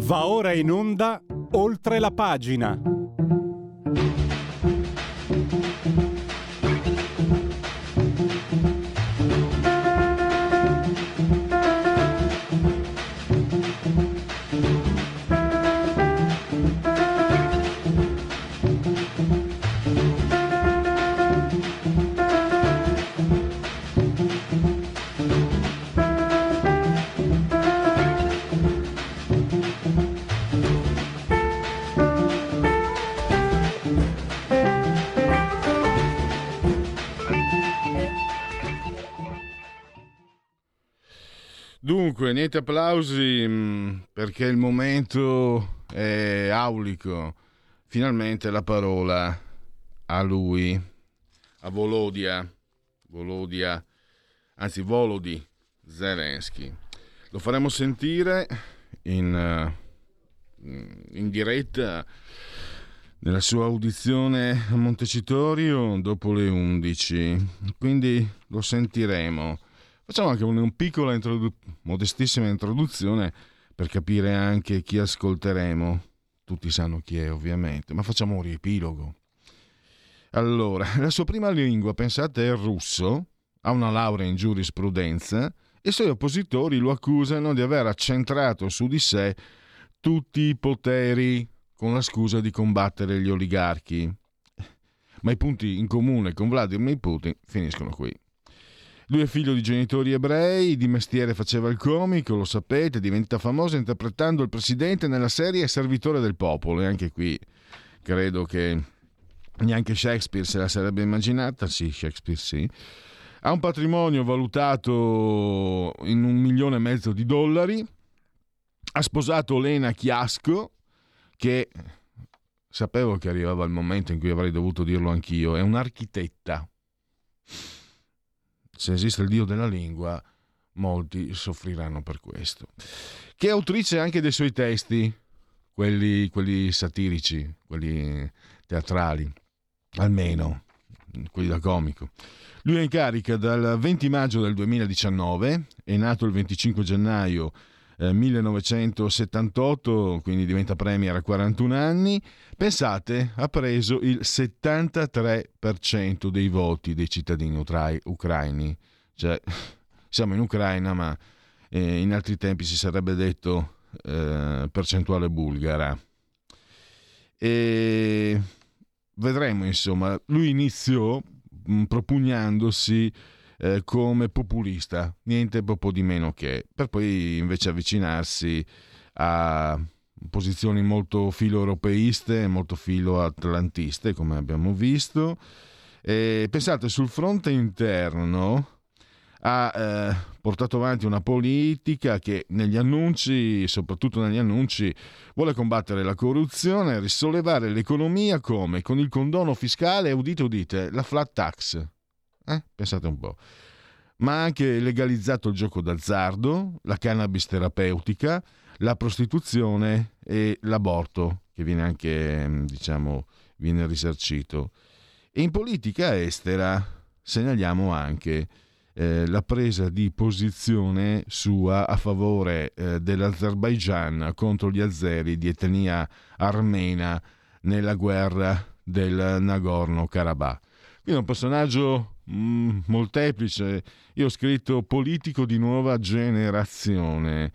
Va ora in onda Oltre la pagina. Dunque, niente applausi perché il momento è aulico. Finalmente la parola a lui, a Volodya, Volody Zelensky. Lo faremo sentire in diretta nella sua audizione a Montecitorio dopo le 11, quindi lo sentiremo. Facciamo anche una piccola modestissima introduzione per capire anche chi ascolteremo. Tutti sanno chi è, ovviamente, ma facciamo un riepilogo. Allora, la sua prima lingua, pensate, è il russo, ha una laurea in giurisprudenza e i suoi oppositori lo accusano di aver accentrato su di sé tutti i poteri con la scusa di combattere gli oligarchi. Ma i punti in comune con Vladimir Putin finiscono qui. Lui è figlio di genitori ebrei, di mestiere faceva il comico, lo sapete, diventa famoso interpretando il presidente nella serie Servitore del Popolo, e anche qui credo che neanche Shakespeare se la sarebbe immaginata. Sì, Shakespeare sì. Ha un patrimonio valutato in $1,5 milioni, ha sposato Lena Chiasco, che sapevo che arrivava il momento in cui avrei dovuto dirlo anch'io, è un'architetta. Se esiste il dio della lingua, molti soffriranno per questo. Che è autrice anche dei suoi testi, quelli satirici, quelli teatrali, almeno quelli da comico. Lui è in carica dal 20 maggio del 2019, è nato il 25 gennaio 1978, quindi diventa premier a 41 anni. Pensate, ha preso il 73% dei voti dei cittadini ucraini. Cioè, siamo in Ucraina, ma in altri tempi si sarebbe detto percentuale bulgara. E vedremo, insomma, lui iniziò propugnandosi come populista, niente poco di meno che, per poi invece avvicinarsi a posizioni molto filo-europeiste, molto filo-atlantiste, come abbiamo visto. E pensate, sul fronte interno ha portato avanti una politica che negli annunci, soprattutto negli annunci, vuole combattere la corruzione, risollevare l'economia come? Con il condono fiscale, udite, la flat tax. Pensate un po'. Ma ha anche legalizzato il gioco d'azzardo, la cannabis terapeutica, la prostituzione e l'aborto, che viene anche, viene risarcito. E in politica estera segnaliamo anche la presa di posizione sua a favore dell'Azerbaigian contro gli azeri di etnia armena nella guerra del Nagorno-Karabakh. Quindi è un personaggio molteplice. Io ho scritto politico di nuova generazione,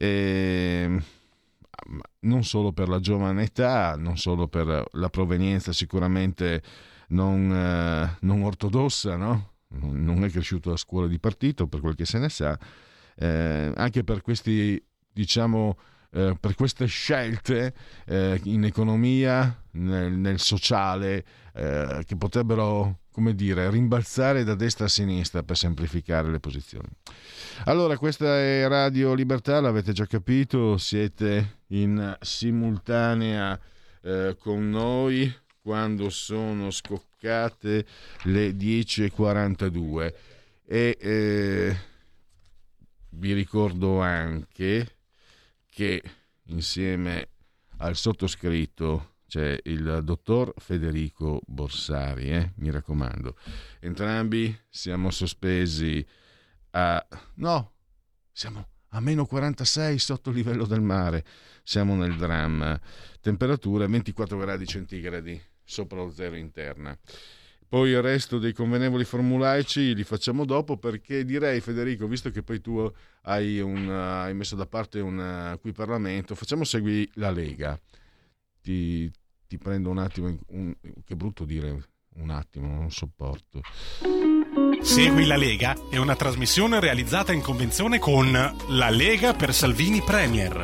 non solo per la giovane età, non solo per la provenienza sicuramente non ortodossa, no? Non è cresciuto a scuola di partito, per quel che se ne sa, anche per questi, per queste scelte in economia, nel sociale, che potrebbero, come dire, rimbalzare da destra a sinistra per semplificare le posizioni. Allora, questa è Radio Libertà, l'avete già capito, siete in simultanea con noi quando sono scoccate le 10:42 e vi ricordo anche che insieme al sottoscritto c'è il dottor Federico Borsari, mi raccomando. Entrambi siamo sospesi siamo a meno 46 sotto il livello del mare, siamo nel dramma. Temperature 24 gradi centigradi sopra lo zero interna. Poi il resto dei convenevoli formulaici li facciamo dopo, perché direi, Federico, visto che poi tu hai messo da parte qui Parlamento, facciamo Segui la Lega. Ti prendo un attimo, che brutto dire un attimo, non sopporto. Segui la Lega è una trasmissione realizzata in convenzione con La Lega per Salvini Premier.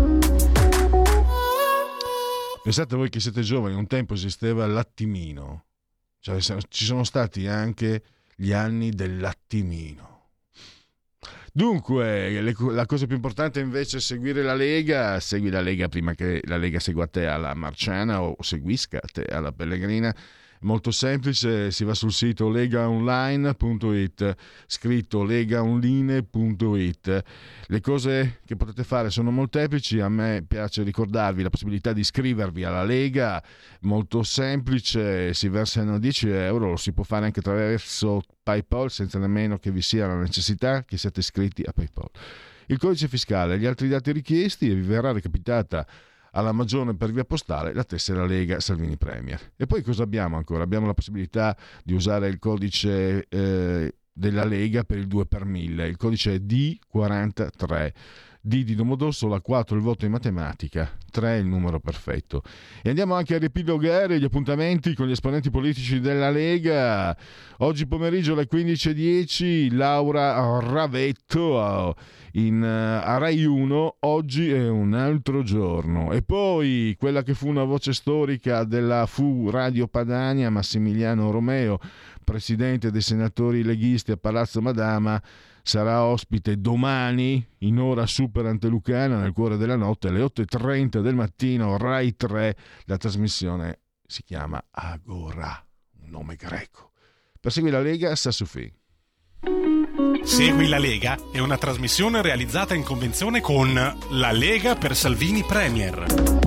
Pensate voi che siete giovani, un tempo esisteva l'attimino. Cioè, ci sono stati anche gli anni dell'attimino. Dunque, la cosa più importante invece è seguire la Lega. Segui la Lega prima che la Lega segua te alla Marciana o seguisca te alla Pellegrina. Molto semplice, si va sul sito legaonline.it, scritto legaonline.it. Le cose che potete fare sono molteplici. A me piace ricordarvi la possibilità di iscrivervi alla Lega, molto semplice, si versano 10 euro, lo si può fare anche attraverso PayPal senza nemmeno che vi sia la necessità che siate iscritti a PayPal. Il codice fiscale, gli altri dati richiesti, e vi verrà recapitata alla Magione per via postale la tessera Lega Salvini Premier. E poi cosa abbiamo ancora? Abbiamo la possibilità di usare il codice della Lega per il 2 per 1000, il codice è D43. D di Domodossola, 4 il voto in matematica, 3 il numero perfetto. E andiamo anche a riepilogare gli appuntamenti con gli esponenti politici della Lega. Oggi pomeriggio alle 15:10 Laura Ravetto a Rai 1, oggi è un altro giorno. E poi quella che fu una voce storica della Fu Radio Padania, Massimiliano Romeo, presidente dei senatori leghisti a Palazzo Madama, sarà ospite domani in ora super antelucana nel cuore della notte alle 8:30 del mattino, Rai 3. La trasmissione si chiama Agora, un nome greco. Per Segui la Lega, Sassufi. Segui la Lega è una trasmissione realizzata in convenzione con La Lega per Salvini Premier.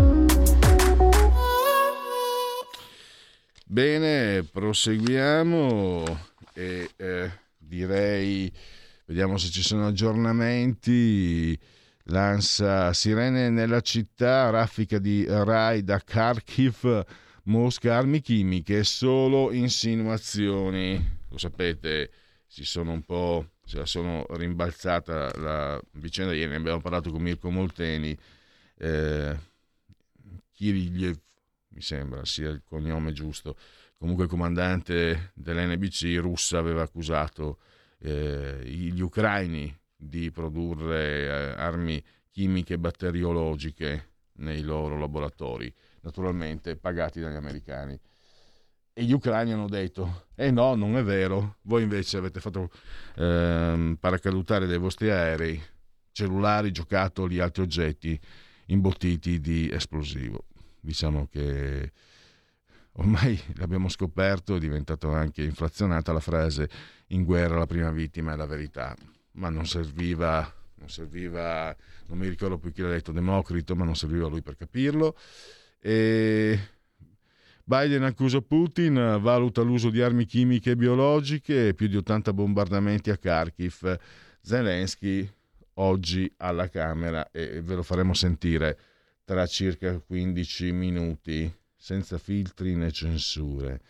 Bene, proseguiamo e direi, vediamo se ci sono aggiornamenti. L'ANSA, sirene nella città, raffica di Rai da Kharkiv, Mosca, armi chimiche, solo insinuazioni. Lo sapete, se la sono rimbalzata la vicenda. Ieri ne abbiamo parlato con Mirko Molteni. Kiriliev, mi sembra sia il cognome giusto, comunque il comandante dell'NBC russa, aveva accusato gli ucraini di produrre armi chimiche batteriologiche nei loro laboratori, naturalmente pagati dagli americani. E gli ucraini hanno detto: no, non è vero, voi invece avete fatto paracadutare dai vostri aerei cellulari, giocattoli, altri oggetti imbottiti di esplosivo. Diciamo che ormai l'abbiamo scoperto, è diventato anche inflazionata la frase "in guerra la prima vittima è la verità", ma non serviva, non mi ricordo più chi l'ha detto, Democrito, ma non serviva lui per capirlo. E Biden accusa Putin, valuta l'uso di armi chimiche e biologiche, più di 80 bombardamenti a Kharkiv. Zelensky oggi alla Camera, e ve lo faremo sentire tra circa 15 minuti, senza filtri né censure.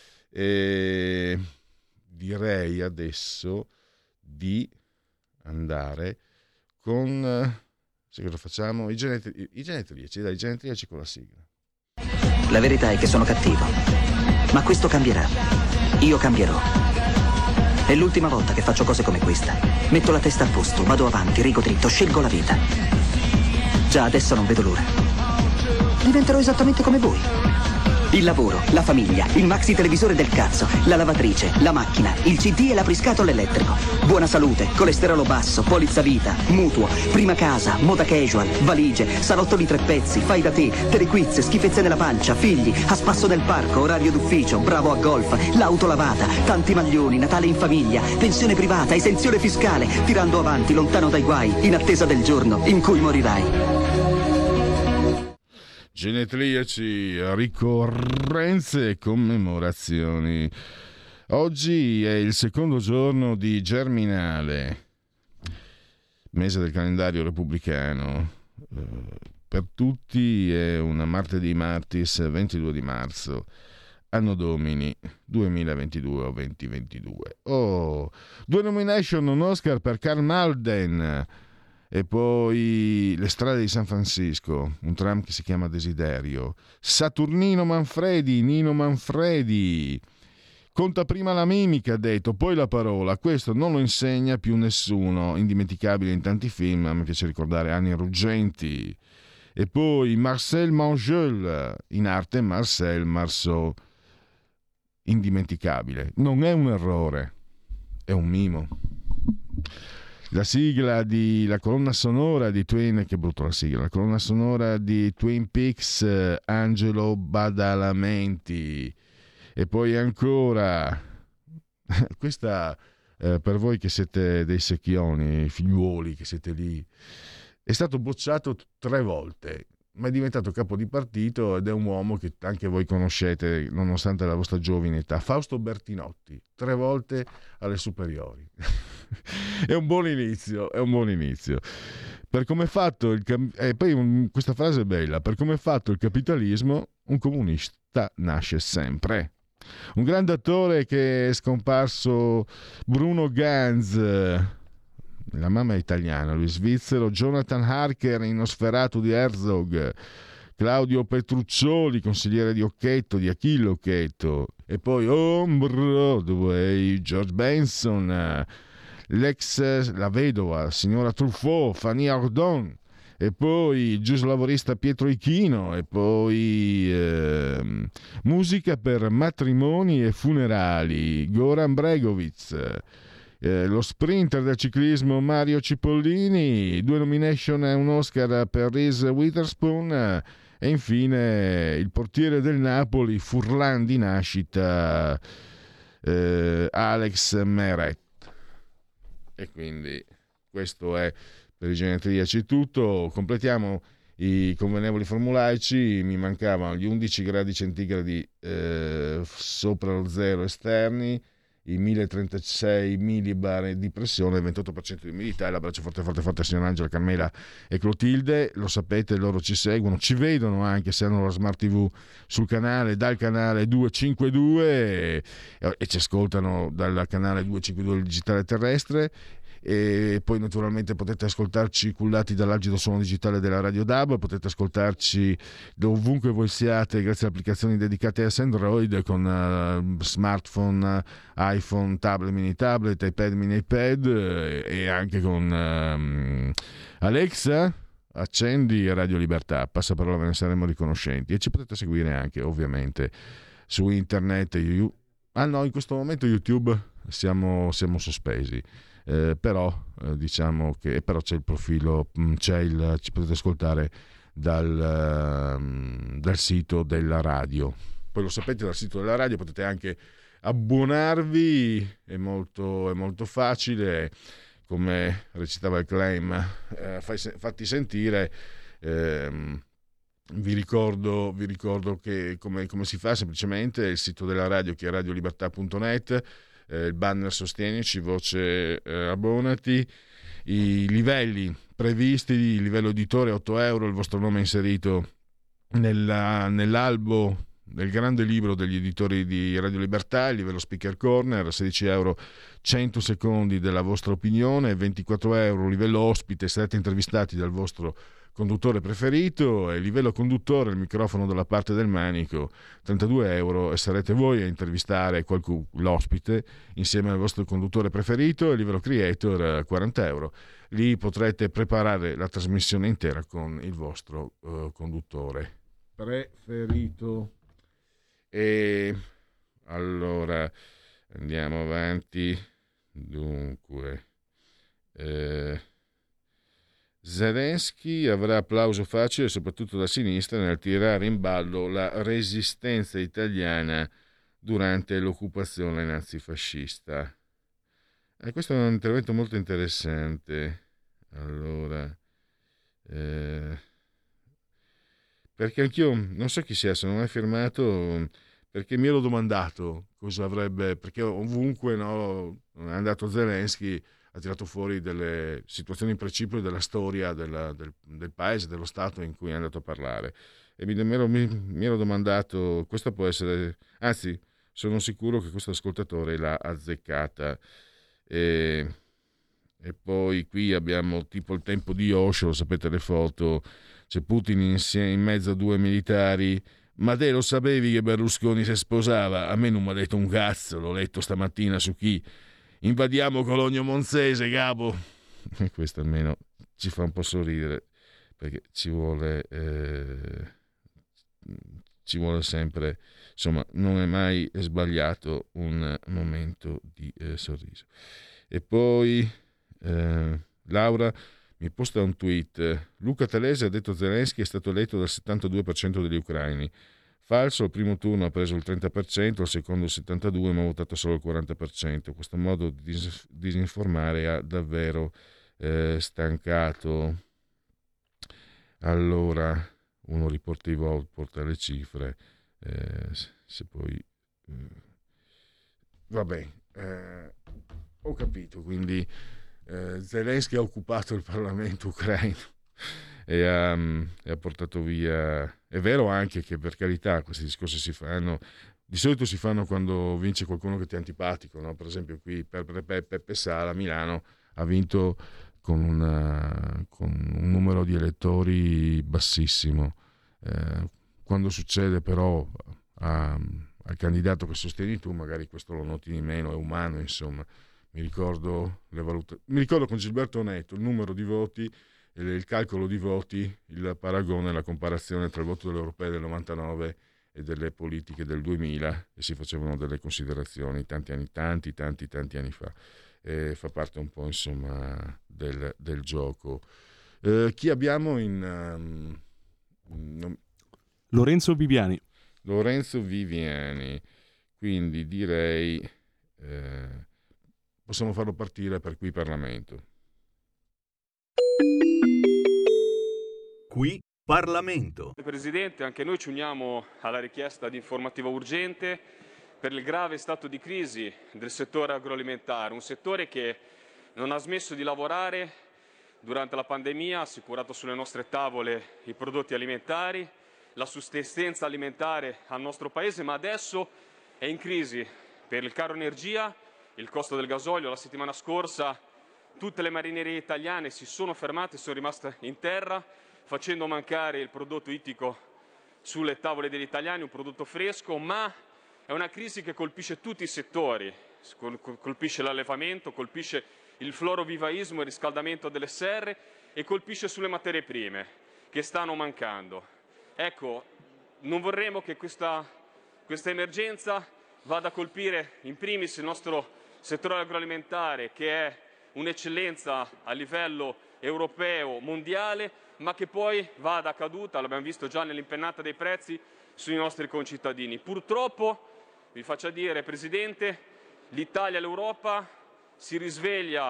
E direi adesso di andare con, se cosa facciamo, i genetriaci con la sigla. La verità è che sono cattivo, ma questo cambierà. Io cambierò. È l'ultima volta che faccio cose come questa. Metto la testa a posto, vado avanti, rigo dritto, scelgo la vita. Già adesso non vedo l'ora. Diventerò esattamente come voi. Il lavoro, la famiglia, il maxi televisore del cazzo, la lavatrice, la macchina, il CD e l'apriscatole elettrico. Buona salute, colesterolo basso, polizza vita, mutuo, prima casa, moda casual, valigie, salottoli 3 pezzi, fai da te, telequiz, schifezze nella pancia, figli, a spasso nel parco, orario d'ufficio, bravo a golf, l'auto lavata, tanti maglioni, Natale in famiglia, pensione privata, esenzione fiscale, tirando avanti, lontano dai guai, in attesa del giorno in cui morirai. Genetriaci, ricorrenze e commemorazioni. Oggi è il secondo giorno di Germinale. mese del calendario repubblicano. Per tutti è un martedì martis 22 di marzo, anno domini 2022 o 2022. Due nomination, un Oscar per Karl Malden e poi Le strade di San Francisco, un tram che si chiama Desiderio. Nino Manfredi conta prima la mimica, ha detto, poi la parola. Questo non lo insegna più nessuno. Indimenticabile in tanti film, a me piace ricordare Anni Ruggenti. E poi Marcel Mangeul, in arte Marcel Marceau. Indimenticabile. Non è un errore, è un mimo. La colonna sonora di che brutto la sigla, la colonna sonora di Twin Peaks, Angelo Badalamenti. E poi ancora, questa per voi che siete dei secchioni, figliuoli che siete lì, è stato bocciato 3 volte, ma è diventato capo di partito ed è un uomo che anche voi conoscete nonostante la vostra giovine età. Fausto Bertinotti, 3 volte alle superiori. È un buon inizio. Per come è fatto questa frase è bella: per come è fatto il capitalismo, un comunista nasce sempre. Un grande attore che è scomparso, Bruno Ganz, la mamma è italiana, lui svizzero, Jonathan Harker in Nosferatu di Herzog, Claudio Petruccioli, consigliere di Achille Occhetto, e poi Broadway, George Benson, la vedova, signora Truffaut, Fanny Ardant, e poi giuslavorista Pietro Ichino, e poi musica per matrimoni e funerali, Goran Bregovic, lo sprinter del ciclismo Mario Cipollini, 2 nomination e un Oscar per Reese Witherspoon, e infine il portiere del Napoli, Furlan di nascita, Alex Meret. E quindi questo è per i genetriaci tutto. Completiamo i convenevoli formulaici. Mi mancavano gli 11 gradi centigradi sopra lo zero esterni, i 1036 millibar di pressione, il 28% di umidità. L'abbraccio forte a signor Angela, Carmela e Clotilde. Lo sapete, loro ci seguono, ci vedono anche se hanno la Smart TV dal canale 252 e ci ascoltano dal canale 252 del digitale terrestre. E poi naturalmente potete ascoltarci cullati dall'algido suono digitale della Radio DAB, potete ascoltarci dovunque voi siate grazie a applicazioni dedicate a Android con smartphone, iPhone, tablet, mini tablet, iPad, mini iPad, e anche con Alexa accendi Radio Libertà, passaparola, ve ne saremo riconoscenti. E ci potete seguire anche ovviamente su internet. In questo momento YouTube siamo sospesi. Però diciamo che c'è il profilo, ci potete ascoltare dal sito della radio. Poi lo sapete, dal sito della radio potete anche abbonarvi, è molto facile, come recitava il claim, fatti sentire. Vi ricordo che come si fa semplicemente il sito della radio, che è radiolibertà.net, il banner sostienici, voce abbonati, i livelli previsti, il livello editore 8 euro, il vostro nome inserito nell'albo del grande libro degli editori di Radio Libertà, il livello speaker corner 16 euro, 100 secondi della vostra opinione, 24 euro livello ospite, sarete intervistati dal vostro conduttore preferito, e il livello conduttore, il microfono dalla parte del manico, 32 euro, e sarete voi a intervistare l'ospite insieme al vostro conduttore preferito, e il livello creator 40 euro. Lì potrete preparare la trasmissione intera con il vostro conduttore preferito. E allora andiamo avanti. Dunque Zelensky avrà applauso facile soprattutto da sinistra nel tirare in ballo la resistenza italiana durante l'occupazione nazifascista. Questo è un intervento molto interessante. Allora, perché anch'io non so chi sia, se non è firmato, perché mi ero domandato cosa avrebbe, perché ovunque è andato Zelensky ha tirato fuori delle situazioni precipue della storia del paese, dello Stato in cui è andato a parlare. E mi ero domandato, questo può essere, anzi sono sicuro che questo ascoltatore l'ha azzeccata. E poi qui abbiamo tipo il tempo di Osho, sapete le foto, c'è Putin in mezzo a due militari. Ma te lo sapevi che Berlusconi si sposava? A me non mi ha detto un cazzo, l'ho letto stamattina su Chi. Invadiamo Cologno Monzese, capo. E questo almeno ci fa un po' sorridere, perché ci vuole sempre, insomma, non è mai sbagliato un momento di sorriso. E poi Laura mi posta un tweet. Luca Telese ha detto Zelensky è stato eletto dal 72% degli ucraini. Falso, al primo turno ha preso il 30%, al secondo il 72%, ma ha votato solo il 40%. Questo modo di disinformare ha davvero stancato. Allora, uno riporta i voti, porta le cifre, se poi... vabbè, ho capito, quindi Zelensky ha occupato il Parlamento ucraino e ha portato via. È vero anche che, per carità, questi discorsi si fanno, di solito si fanno quando vince qualcuno che ti è antipatico, no? Per esempio qui Peppe Sala a Milano ha vinto con un numero di elettori bassissimo. Quando succede però al candidato che sostieni tu, magari questo lo noti di meno, è umano, insomma. Mi ricordo con Gilberto Netto il numero di voti, il calcolo di voti, il paragone, la comparazione tra il voto delle europee del 99 e delle politiche del 2000, e si facevano delle considerazioni tanti anni fa. Fa parte un po', insomma, del gioco. Chi abbiamo in Lorenzo Viviani. Quindi direi possiamo farlo partire per Qui Parlamento. Qui Parlamento. Presidente, anche noi ci uniamo alla richiesta di informativa urgente per il grave stato di crisi del settore agroalimentare, un settore che non ha smesso di lavorare durante la pandemia, ha assicurato sulle nostre tavole i prodotti alimentari, la sussistenza alimentare al nostro Paese, ma adesso è in crisi per il caro energia, il costo del gasolio. La settimana scorsa tutte le marinerie italiane si sono fermate, sono rimaste in terra, facendo mancare il prodotto ittico sulle tavole degli italiani, un prodotto fresco, ma è una crisi che colpisce tutti i settori, colpisce l'allevamento, colpisce il florovivaismo, il riscaldamento delle serre e colpisce sulle materie prime che stanno mancando. Ecco, non vorremmo che questa emergenza vada a colpire in primis il nostro settore agroalimentare, che è un'eccellenza a livello europeo, mondiale, ma che poi vada a caduta, l'abbiamo visto già nell'impennata dei prezzi, sui nostri concittadini. Purtroppo, vi faccia dire, Presidente, l'Italia e l'Europa si risveglia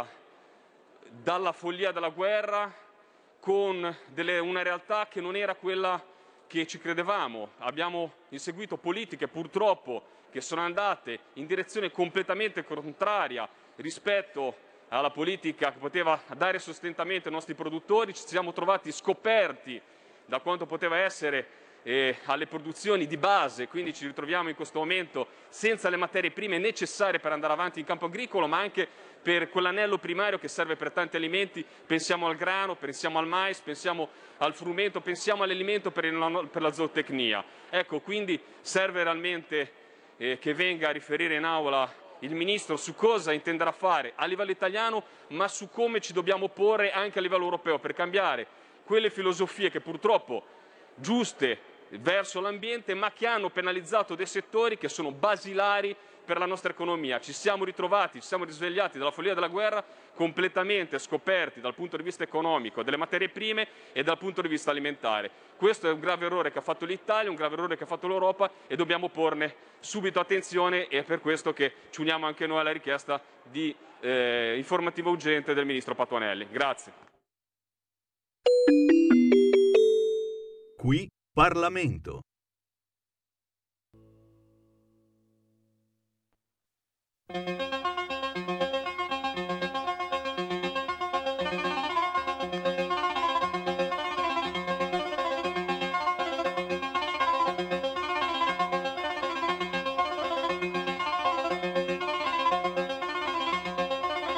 dalla follia della guerra con una realtà che non era quella che ci credevamo. Abbiamo inseguito politiche, purtroppo, che sono andate in direzione completamente contraria rispetto alla politica che poteva dare sostentamento ai nostri produttori. Ci siamo trovati scoperti da quanto poteva essere alle produzioni di base, quindi ci ritroviamo in questo momento senza le materie prime necessarie per andare avanti in campo agricolo, ma anche per quell'anello primario che serve per tanti alimenti. Pensiamo al grano, pensiamo al mais, pensiamo al frumento, pensiamo all'alimento per la zootecnia. Ecco, quindi serve realmente che venga a riferire in aula il Ministro su cosa intenderà fare a livello italiano, ma su come ci dobbiamo porre anche a livello europeo per cambiare quelle filosofie che purtroppo giuste verso l'ambiente, ma che hanno penalizzato dei settori che sono basilari per la nostra economia. Ci siamo ritrovati, ci siamo risvegliati dalla follia della guerra completamente scoperti dal punto di vista economico, delle materie prime e dal punto di vista alimentare. Questo è un grave errore che ha fatto l'Italia, un grave errore che ha fatto l'Europa, e dobbiamo porne subito attenzione, e è per questo che ci uniamo anche noi alla richiesta di informativa urgente del Ministro Patuanelli. Grazie. Qui Parlamento.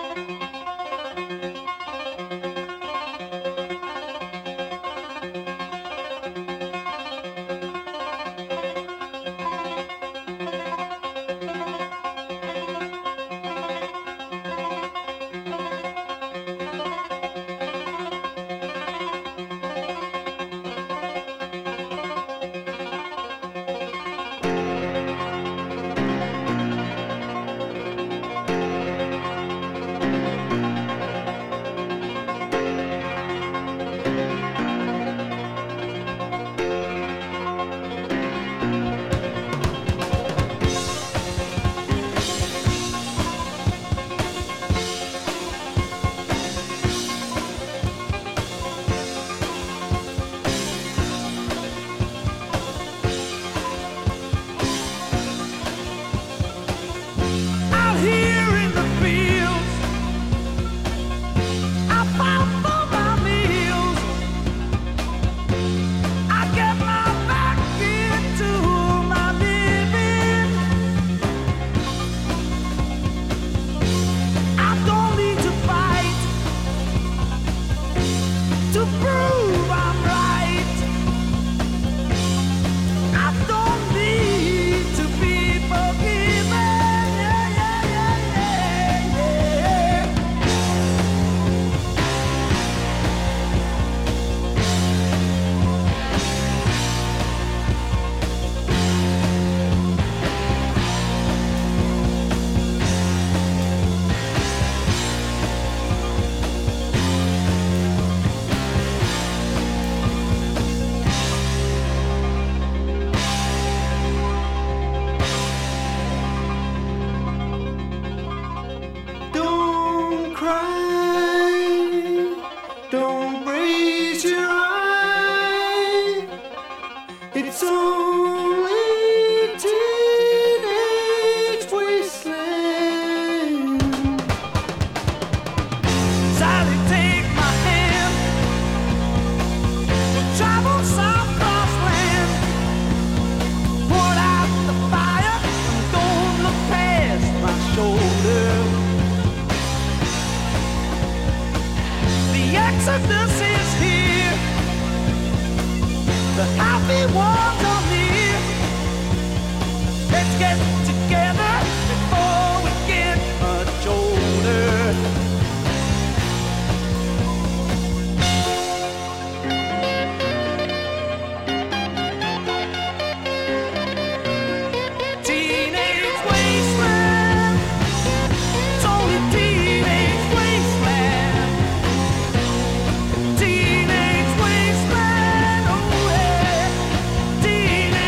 Teenage wasteland, oh yeah.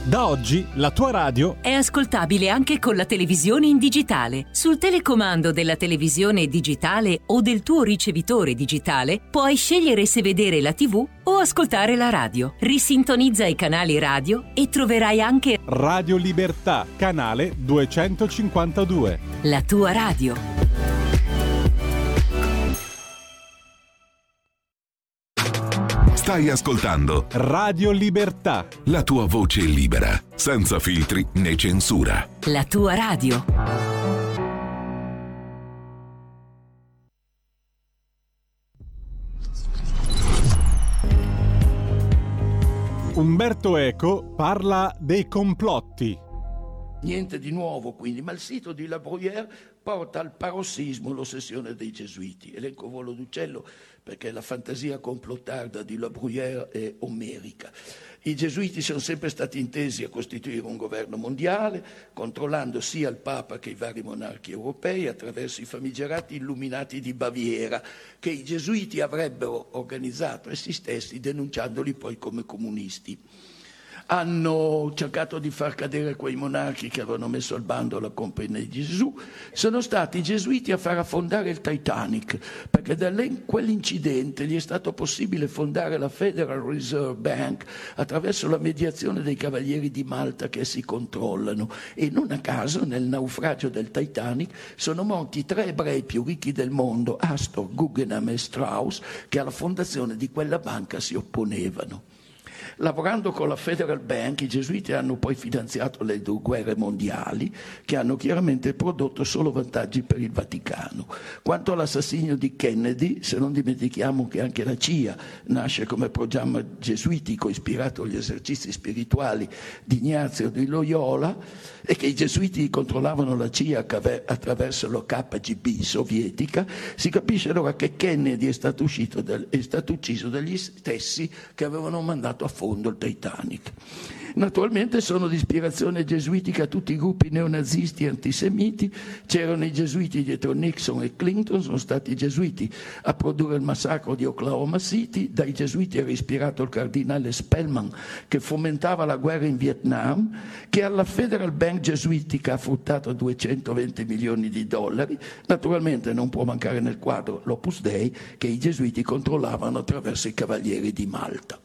Da oggi la tua radio è ascoltabile anche con la televisione in digitale. Sul telecomando della televisione digitale o del tuo ricevitore digitale puoi scegliere se vedere la TV o ascoltare la radio. Risintonizza i canali radio e troverai anche Radio Libertà, canale 252. La tua radio. Stai ascoltando Radio Libertà, la tua voce libera, senza filtri né censura. La tua radio. Umberto Eco parla dei complotti. Niente di nuovo quindi, ma il sito di La Bruyère porta al parossismo l'ossessione dei gesuiti. Elenco volo d'uccello perché la fantasia complottarda di La Bruyère è omerica. I gesuiti sono sempre stati intesi a costituire un governo mondiale, controllando sia il Papa che i vari monarchi europei attraverso i famigerati illuminati di Baviera, che i gesuiti avrebbero organizzato essi stessi, denunciandoli poi come comunisti. Hanno cercato di far cadere quei monarchi che avevano messo al bando la Compagnia di Gesù. Sono stati i gesuiti a far affondare il Titanic, perché da quell'incidente gli è stato possibile fondare la Federal Reserve Bank attraverso la mediazione dei Cavalieri di Malta che si controllano. E non a caso nel naufragio del Titanic sono morti 3 ebrei più ricchi del mondo, Astor, Guggenheim e Strauss, che alla fondazione di quella banca si opponevano. Lavorando con la Federal Bank, i gesuiti hanno poi finanziato le 2 guerre mondiali, che hanno chiaramente prodotto solo vantaggi per il Vaticano. Quanto all'assassinio di Kennedy, se non dimentichiamo che anche la CIA nasce come programma gesuitico ispirato agli esercizi spirituali di Ignazio di Loyola e che i gesuiti controllavano la CIA attraverso la KGB sovietica, si capisce allora che Kennedy è stato ucciso dagli stessi che avevano mandato a fondo il Titanic. Naturalmente sono di ispirazione gesuitica tutti i gruppi neonazisti e antisemiti. C'erano i gesuiti dietro Nixon e Clinton, sono stati i gesuiti a produrre il massacro di Oklahoma City, dai gesuiti era ispirato il cardinale Spellman che fomentava la guerra in Vietnam, che alla Federal Bank gesuitica ha fruttato $220 milioni. Naturalmente non può mancare nel quadro l'Opus Dei che i gesuiti controllavano attraverso i Cavalieri di Malta.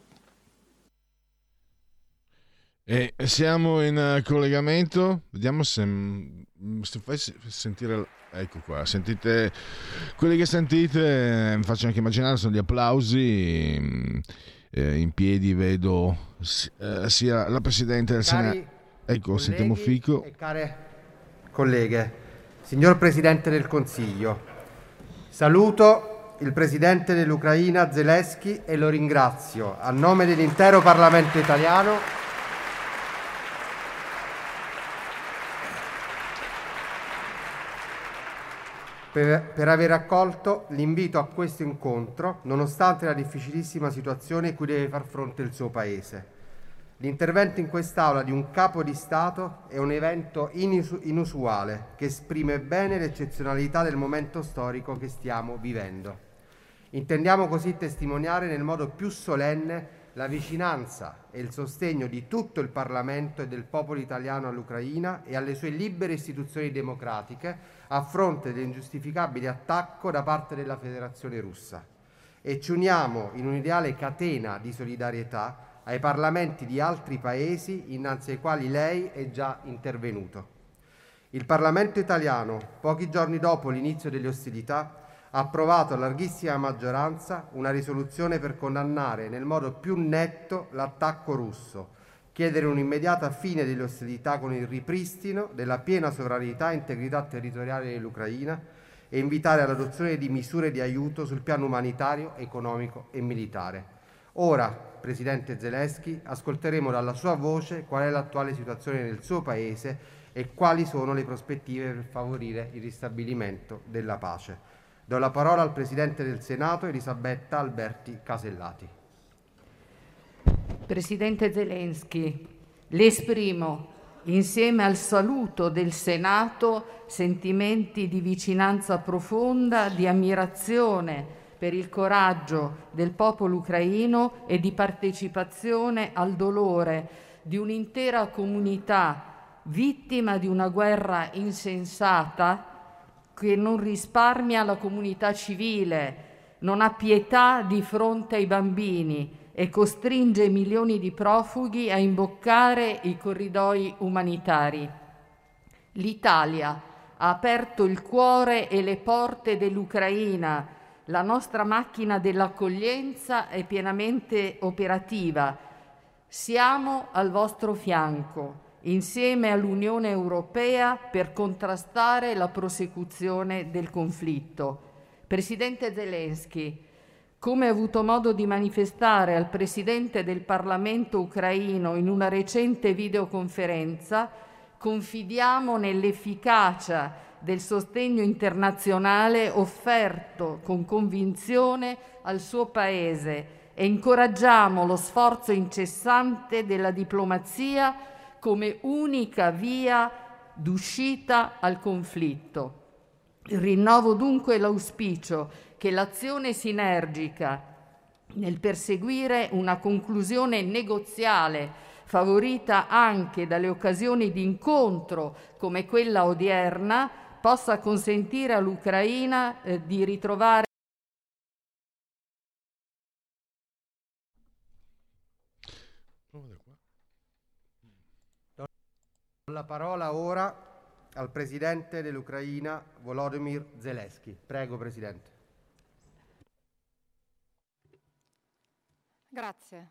E siamo in collegamento, vediamo se fai sentire, ecco qua, sentite, quelli che sentite, mi faccio anche immaginare, sono gli applausi, in piedi vedo sia la Presidente del Senato, ecco, sentiamo Fico. E care colleghe, signor Presidente del Consiglio, saluto il Presidente dell'Ucraina Zelensky e lo ringrazio a nome dell'intero Parlamento italiano per aver accolto l'invito a questo incontro, nonostante la difficilissima situazione cui deve far fronte il suo Paese. L'intervento in quest'Aula di un capo di Stato è un evento inusuale che esprime bene l'eccezionalità del momento storico che stiamo vivendo. Intendiamo così testimoniare nel modo più solenne la vicinanza e il sostegno di tutto il Parlamento e del popolo italiano all'Ucraina e alle sue libere istituzioni democratiche a fronte dell'ingiustificabile attacco da parte della Federazione Russa. E ci uniamo in un'ideale catena di solidarietà ai parlamenti di altri paesi innanzi ai quali lei è già intervenuto. Il Parlamento italiano, pochi giorni dopo l'inizio delle ostilità, ha approvato a larghissima maggioranza una risoluzione per condannare nel modo più netto l'attacco russo, chiedere un'immediata fine delle ostilità con il ripristino della piena sovranità e integrità territoriale dell'Ucraina e invitare all'adozione di misure di aiuto sul piano umanitario, economico e militare. Ora, Presidente Zelensky, ascolteremo dalla sua voce qual è l'attuale situazione nel suo Paese e quali sono le prospettive per favorire il ristabilimento della pace. Do la parola al Presidente del Senato, Elisabetta Alberti Casellati. Presidente Zelensky, le esprimo, insieme al saluto del Senato, sentimenti di vicinanza profonda, di ammirazione per il coraggio del popolo ucraino e di partecipazione al dolore di un'intera comunità vittima di una guerra insensata che non risparmia la comunità civile, non ha pietà di fronte ai bambini e costringe milioni di profughi a imboccare i corridoi umanitari. L'Italia ha aperto il cuore e le porte dell'Ucraina. La nostra macchina dell'accoglienza è pienamente operativa. Siamo al vostro fianco, insieme all'Unione Europea, per contrastare la prosecuzione del conflitto. Presidente Zelensky, come ha avuto modo di manifestare al Presidente del Parlamento ucraino in una recente videoconferenza, confidiamo nell'efficacia del sostegno internazionale offerto con convinzione al suo Paese e incoraggiamo lo sforzo incessante della diplomazia come unica via d'uscita al conflitto. Rinnovo dunque l'auspicio che l'azione sinergica nel perseguire una conclusione negoziale favorita anche dalle occasioni di incontro come quella odierna possa consentire all'Ucraina di ritrovare la parola ora al Presidente dell'Ucraina, Volodymyr Zelensky. Prego, Presidente. Grazie.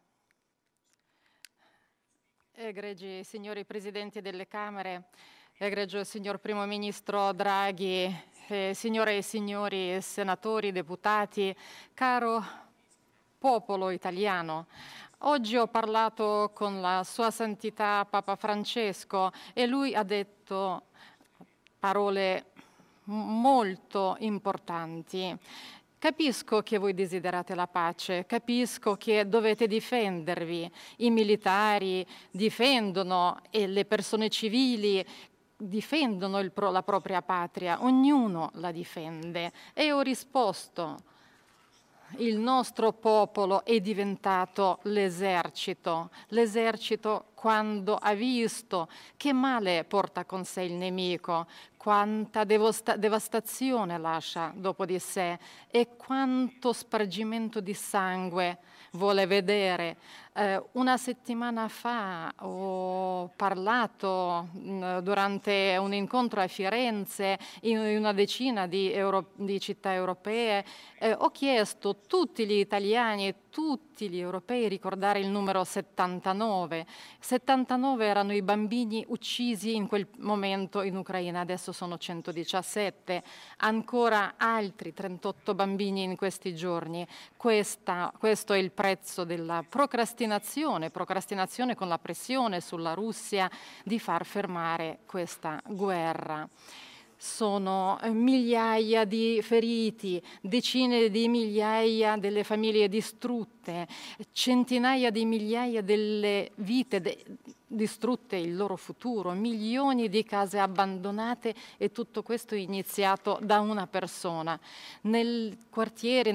Egregi signori Presidenti delle Camere, egregio signor Primo Ministro Draghi, signore e signori senatori, deputati, caro popolo italiano. Oggi ho parlato con la Sua Santità Papa Francesco e lui ha detto parole molto importanti. Capisco che voi desiderate la pace, capisco che dovete difendervi. I militari difendono e le persone civili difendono la propria patria, ognuno la difende. E ho risposto: il nostro popolo è diventato l'esercito. L'esercito, quando ha visto che male porta con sé il nemico, quanta devastazione lascia dopo di sé e quanto spargimento di sangue vuole vedere. Una settimana fa ho parlato durante un incontro a Firenze in una decina di città europee. Ho chiesto a tutti gli italiani e tutti gli europei ricordare il numero 79. 79 erano i bambini uccisi in quel momento in Ucraina, adesso sono 117, ancora altri 38 bambini in questi giorni. Questo è il prezzo della procrastinazione con la pressione sulla Russia di far fermare questa guerra. Sono migliaia di feriti, decine di migliaia delle famiglie distrutte, centinaia di migliaia delle vite distrutte, il loro futuro, milioni di case abbandonate, e tutto questo è iniziato da una persona. Nel quartiere,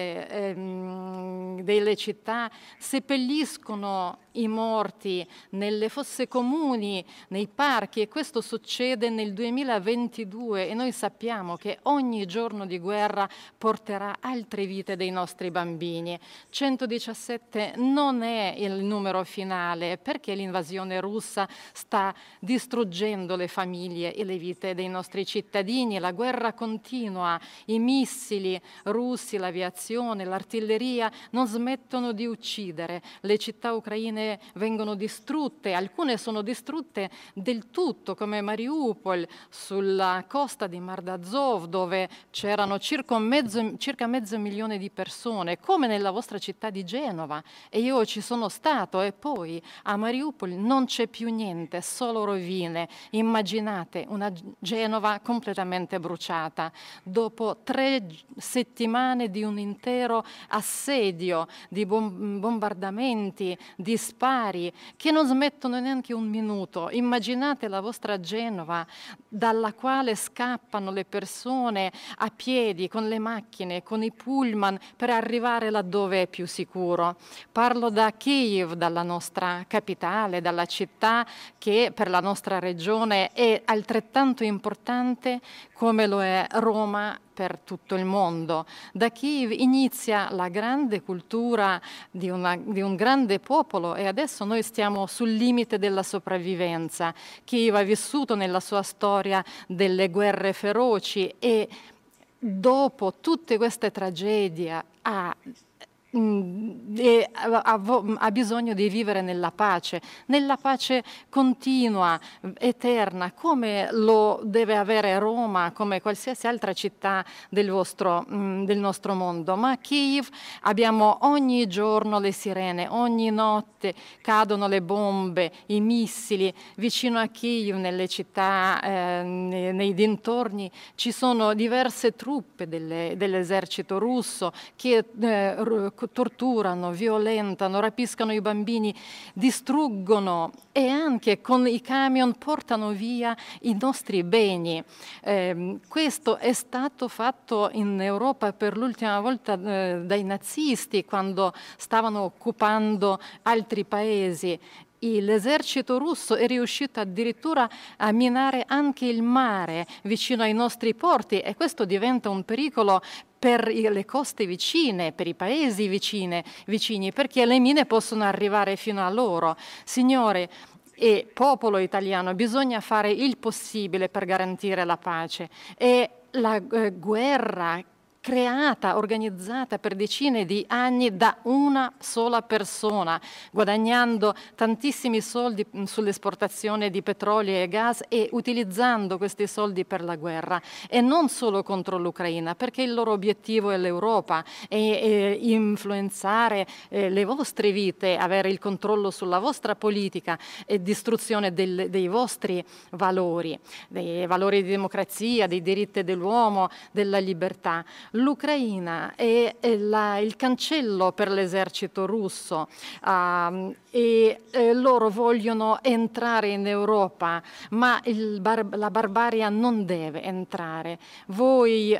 delle città seppelliscono i morti nelle fosse comuni, nei parchi, e questo succede nel 2022 e noi sappiamo che ogni giorno di guerra porterà altre vite dei nostri bambini. 117 non è il numero finale, perché l'invasione russa sta distruggendo le famiglie e le vite dei nostri cittadini. La guerra continua, i missili russi, l'aviazione, l'artiglieria non smettono di uccidere. Le città ucraine vengono distrutte, alcune sono distrutte del tutto, come Mariupol, sulla costa di Mar d'Azov, dove c'erano circa mezzo milione di persone, come nella vostra città di Genova, e io ci sono stato, e poi a Mariupol non c'è più niente, solo rovine. Immaginate una Genova completamente bruciata. Dopo 3 settimane di un intero assedio, di bombardamenti, di spari che non smettono neanche un minuto. Immaginate la vostra Genova, dalla quale scappano le persone a piedi, con le macchine, con i pullman, per arrivare laddove è più sicuro. Parlo da Kiev, dalla nostra capitale, dalla città che per la nostra regione è altrettanto importante come lo è Roma per tutto il mondo. Da Kiev inizia la grande cultura di un grande popolo e adesso noi stiamo sul limite della sopravvivenza. Kiev ha vissuto nella sua storia delle guerre feroci e dopo tutte queste tragedie ha bisogno di vivere nella pace continua, eterna, come lo deve avere Roma, come qualsiasi altra città del nostro mondo. Ma a Kiev abbiamo ogni giorno le sirene, ogni notte cadono le bombe, i missili. Vicino a Kiev, nelle città, nei dintorni, ci sono diverse truppe dell'esercito russo che torturano, violentano, rapiscono i bambini, distruggono e anche con i camion portano via i nostri beni. Questo è stato fatto in Europa per l'ultima volta dai nazisti quando stavano occupando altri paesi. L'esercito russo è riuscito addirittura a minare anche il mare vicino ai nostri porti e questo diventa un pericolo per le coste vicine, per i paesi vicini, perché le mine possono arrivare fino a loro. Signore e popolo italiano, bisogna fare il possibile per garantire la pace. E la guerra creata, organizzata per decine di anni da una sola persona, guadagnando tantissimi soldi sull'esportazione di petrolio e gas e utilizzando questi soldi per la guerra e non solo contro l'Ucraina, perché il loro obiettivo è l'Europa e influenzare le vostre vite, avere il controllo sulla vostra politica e distruzione dei vostri valori, dei valori di democrazia, dei diritti dell'uomo, della libertà. L'Ucraina è il cancello per l'esercito russo e loro vogliono entrare in Europa, ma la barbarie non deve entrare. Voi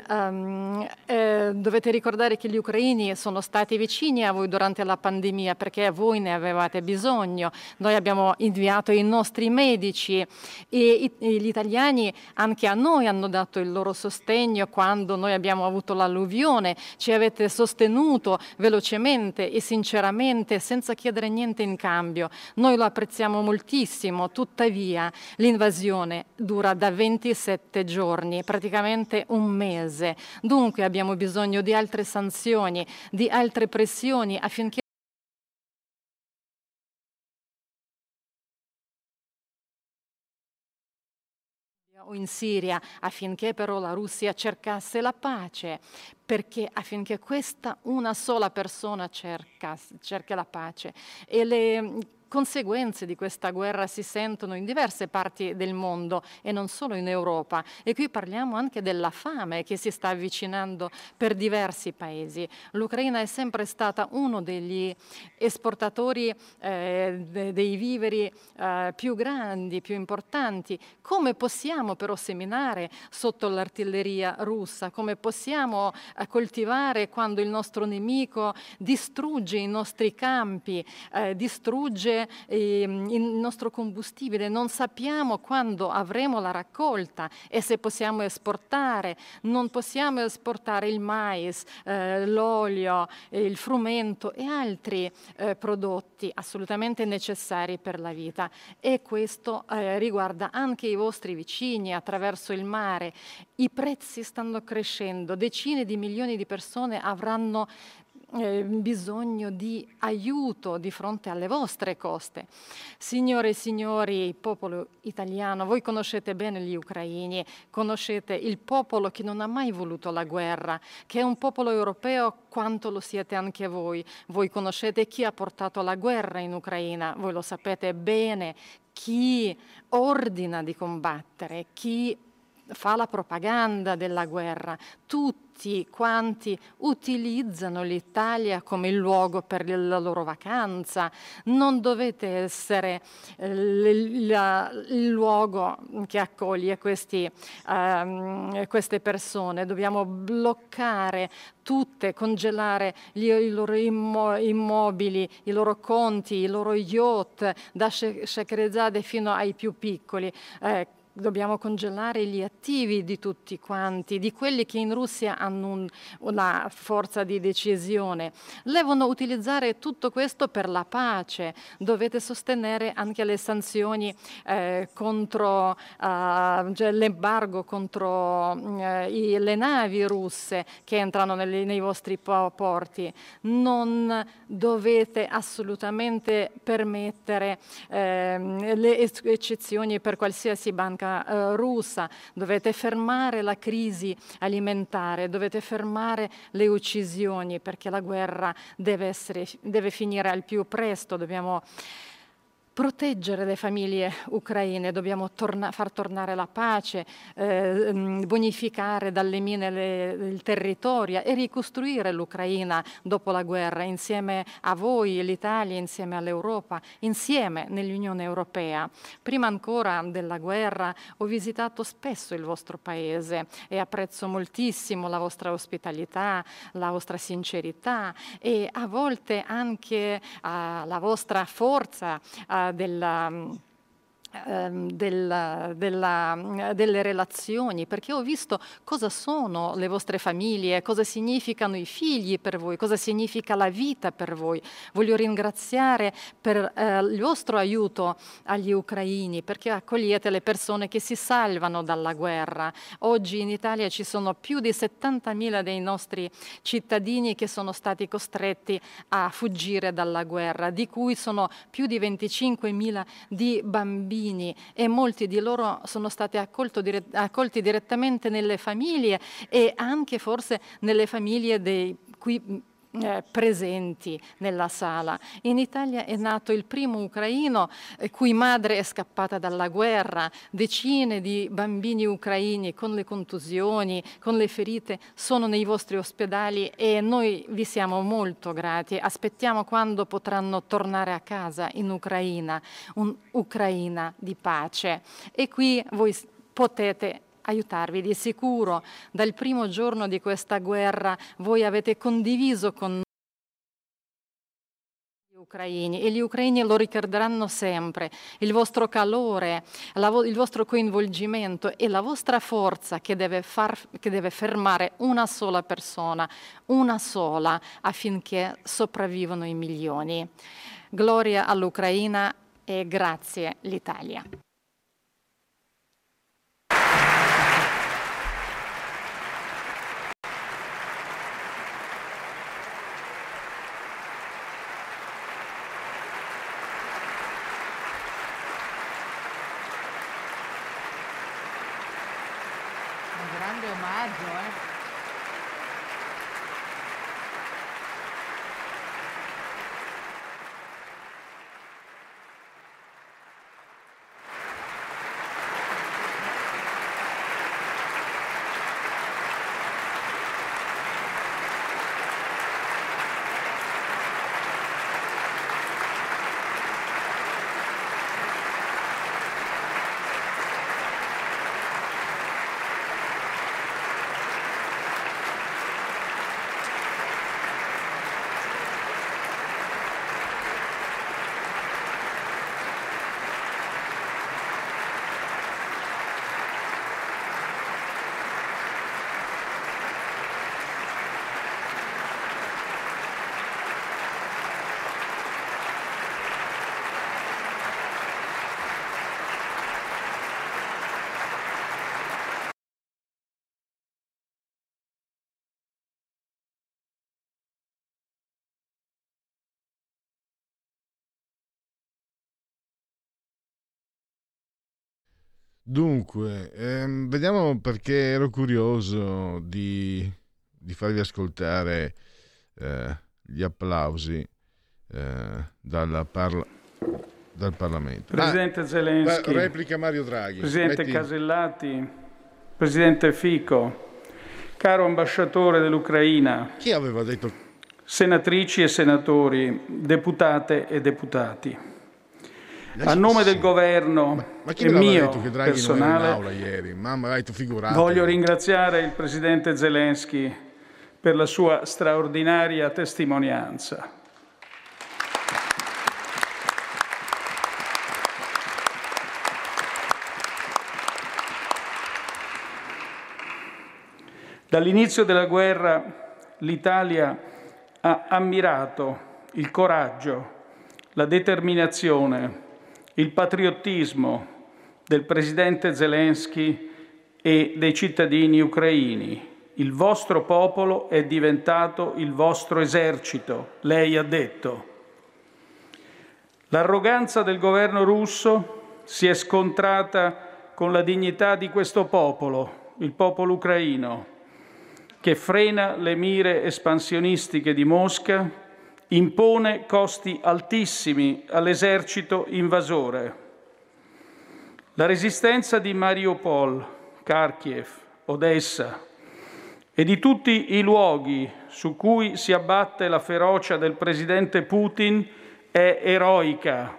dovete ricordare che gli ucraini sono stati vicini a voi durante la pandemia perché voi ne avevate bisogno. Noi abbiamo inviato i nostri medici e gli italiani anche a noi hanno dato il loro sostegno quando noi abbiamo avuto l'alluvione. Ci avete sostenuto velocemente e sinceramente senza chiedere niente in cambio. Noi lo apprezziamo moltissimo, tuttavia l'invasione dura da 27 giorni, praticamente un mese. Dunque abbiamo bisogno di altre sanzioni, di altre pressioni affinché o in Siria, affinché però la Russia cercasse la pace, perché affinché questa una sola persona cerchi la pace. E le conseguenze di questa guerra si sentono in diverse parti del mondo e non solo in Europa. E qui parliamo anche della fame che si sta avvicinando per diversi paesi. L'Ucraina è sempre stata uno degli esportatori dei viveri più grandi, più importanti. Come possiamo però seminare sotto l'artiglieria russa? Come possiamo coltivare quando il nostro nemico distrugge i nostri campi, distrugge il nostro combustibile? Non sappiamo quando avremo la raccolta e se possiamo esportare. Non possiamo esportare il mais, l'olio, il frumento e altri prodotti assolutamente necessari per la vita. E questo riguarda anche i vostri vicini attraverso il mare. I prezzi stanno crescendo, decine di milioni di persone avranno bisogno di aiuto di fronte alle vostre coste. Signore e signori, popolo italiano, voi conoscete bene gli ucraini, conoscete il popolo che non ha mai voluto la guerra, che è un popolo europeo quanto lo siete anche voi. Voi conoscete chi ha portato la guerra in Ucraina, voi lo sapete bene, chi ordina di combattere, chi fa la propaganda della guerra. Tutti tutti quanti utilizzano l'Italia come il luogo per la loro vacanza. Non dovete essere il luogo che accoglie queste persone. Dobbiamo bloccare tutte, congelare i loro immobili, i loro conti, i loro yacht, da Scheherazade fino ai più piccoli. Dobbiamo congelare gli attivi di tutti quanti, di quelli che in Russia hanno una forza di decisione. Devono utilizzare tutto questo per la pace. Dovete sostenere anche le sanzioni contro l'embargo contro le navi russe che entrano nei vostri porti. Non dovete assolutamente permettere le eccezioni per qualsiasi banca russa. Dovete fermare la crisi alimentare, dovete fermare le uccisioni, perché la guerra deve finire al più presto. Dobbiamo proteggere le famiglie ucraine, dobbiamo far tornare la pace, bonificare dalle mine il territorio e ricostruire l'Ucraina dopo la guerra insieme a voi, l'Italia, insieme all'Europa, insieme nell'Unione Europea. Prima ancora della guerra ho visitato spesso il vostro paese e apprezzo moltissimo la vostra ospitalità, la vostra sincerità e a volte anche la vostra forza delle relazioni, perché ho visto cosa sono le vostre famiglie, cosa significano i figli per voi, cosa significa la vita per voi. Voglio ringraziare per il vostro aiuto agli ucraini, perché accogliete le persone che si salvano dalla guerra. Oggi in Italia ci sono più di 70.000 dei nostri cittadini che sono stati costretti a fuggire dalla guerra, di cui sono più di 25.000 di bambini, e molti di loro sono stati accolti direttamente nelle famiglie e anche forse nelle famiglie dei qui presenti nella sala. In Italia è nato il primo ucraino cui madre è scappata dalla guerra. Decine di bambini ucraini con le contusioni, con le ferite, sono nei vostri ospedali e noi vi siamo molto grati. Aspettiamo quando potranno tornare a casa in Ucraina, un'Ucraina di pace. E qui voi potete aiutarvi. Di sicuro dal primo giorno di questa guerra voi avete condiviso con noi gli ucraini e gli ucraini lo ricorderanno sempre, il vostro calore, il vostro coinvolgimento e la vostra forza che deve fermare una sola persona, una sola, affinché sopravvivano i milioni. Gloria all'Ucraina e grazie l'Italia. Grande omaggio, Dunque, vediamo, perché ero curioso di farvi ascoltare gli applausi dal Parlamento. Presidente Zelensky, replica Mario Draghi. Presidente Casellati, Presidente Fico, caro ambasciatore dell'Ucraina, chi aveva detto? Senatrici e senatori, deputate e deputati, a nome del governo chi e mio detto che Draghi personale, non era in aula ieri? Mamma, figurate. voglio ringraziare il presidente Zelensky per la sua straordinaria testimonianza. Dall'inizio della guerra l'Italia ha ammirato il coraggio, la determinazione, il patriottismo del presidente Zelensky e dei cittadini ucraini. Il vostro popolo è diventato il vostro esercito, lei ha detto. L'arroganza del governo russo si è scontrata con la dignità di questo popolo, il popolo ucraino, che frena le mire espansionistiche di Mosca, impone costi altissimi all'esercito invasore. La resistenza di Mariupol, Kharkiv, Odessa e di tutti i luoghi su cui si abbatte la ferocia del presidente Putin è eroica.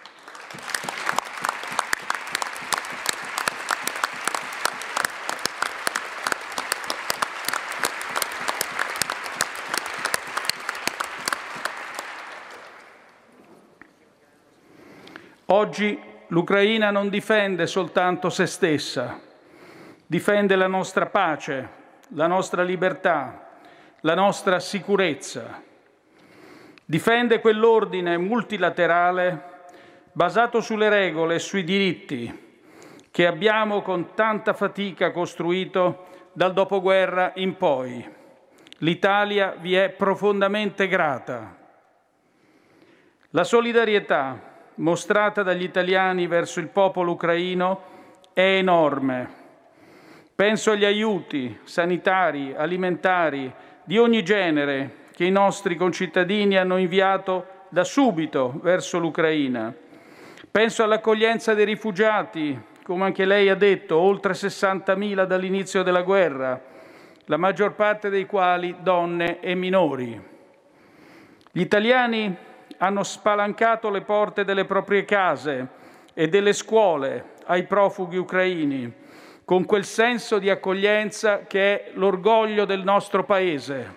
Oggi l'Ucraina non difende soltanto se stessa, difende la nostra pace, la nostra libertà, la nostra sicurezza. Difende quell'ordine multilaterale basato sulle regole e sui diritti che abbiamo con tanta fatica costruito dal dopoguerra in poi. L'Italia vi è profondamente grata. La solidarietà mostrata dagli italiani verso il popolo ucraino è enorme. Penso agli aiuti sanitari, alimentari, di ogni genere che i nostri concittadini hanno inviato da subito verso l'Ucraina. Penso all'accoglienza dei rifugiati, come anche lei ha detto, oltre 60.000 dall'inizio della guerra, la maggior parte dei quali donne e minori. Gli italiani hanno spalancato le porte delle proprie case e delle scuole ai profughi ucraini, con quel senso di accoglienza che è l'orgoglio del nostro Paese.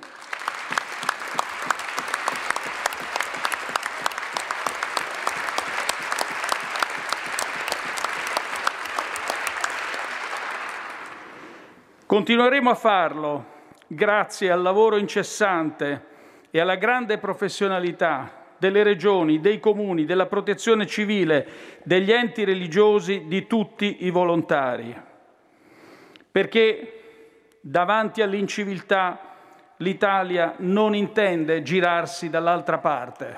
Continueremo a farlo grazie al lavoro incessante e alla grande professionalità delle regioni, dei comuni, della protezione civile, degli enti religiosi, di tutti i volontari. Perché davanti all'inciviltà l'Italia non intende girarsi dall'altra parte.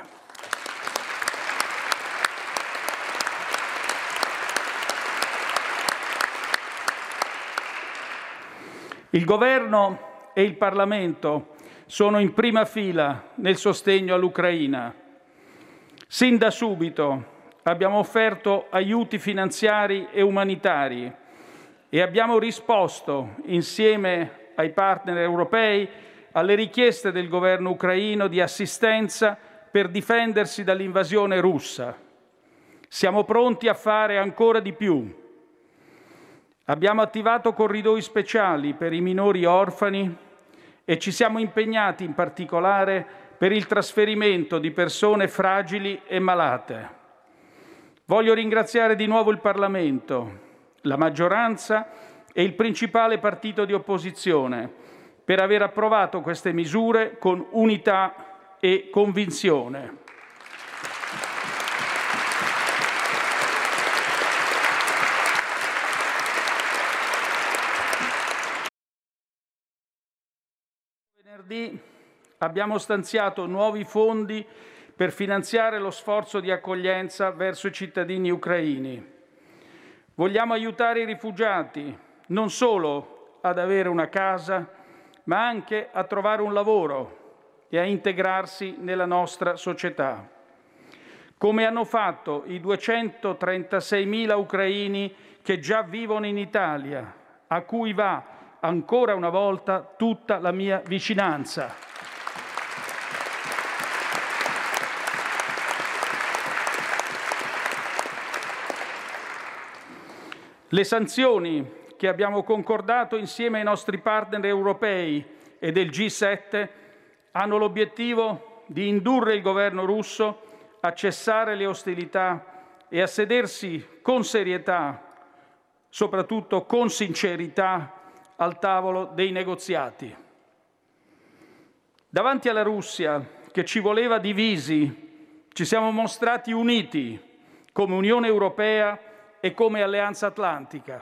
Il Governo e il Parlamento sono in prima fila nel sostegno all'Ucraina. Sin da subito abbiamo offerto aiuti finanziari e umanitari e abbiamo risposto, insieme ai partner europei, alle richieste del governo ucraino di assistenza per difendersi dall'invasione russa. Siamo pronti a fare ancora di più. Abbiamo attivato corridoi speciali per i minori orfani e ci siamo impegnati in particolare per il trasferimento di persone fragili e malate. Voglio ringraziare di nuovo il Parlamento, la maggioranza e il principale partito di opposizione per aver approvato queste misure con unità e convinzione. Venerdì abbiamo stanziato nuovi fondi per finanziare lo sforzo di accoglienza verso i cittadini ucraini. Vogliamo aiutare i rifugiati non solo ad avere una casa, ma anche a trovare un lavoro e a integrarsi nella nostra società. Come hanno fatto i 236.000 ucraini che già vivono in Italia, a cui va ancora una volta tutta la mia vicinanza. Le sanzioni che abbiamo concordato insieme ai nostri partner europei e del G7 hanno l'obiettivo di indurre il governo russo a cessare le ostilità e a sedersi con serietà, soprattutto con sincerità, al tavolo dei negoziati. Davanti alla Russia, che ci voleva divisi, ci siamo mostrati uniti come Unione Europea e come Alleanza Atlantica.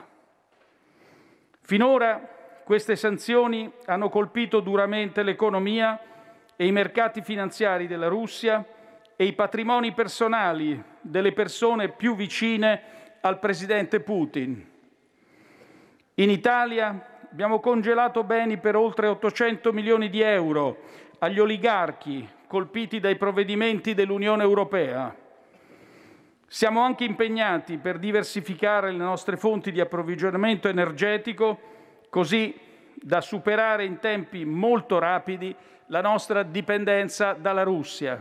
Finora queste sanzioni hanno colpito duramente l'economia e i mercati finanziari della Russia e i patrimoni personali delle persone più vicine al presidente Putin. In Italia abbiamo congelato beni per oltre 800 milioni di euro agli oligarchi colpiti dai provvedimenti dell'Unione Europea. Siamo anche impegnati per diversificare le nostre fonti di approvvigionamento energetico, così da superare in tempi molto rapidi la nostra dipendenza dalla Russia.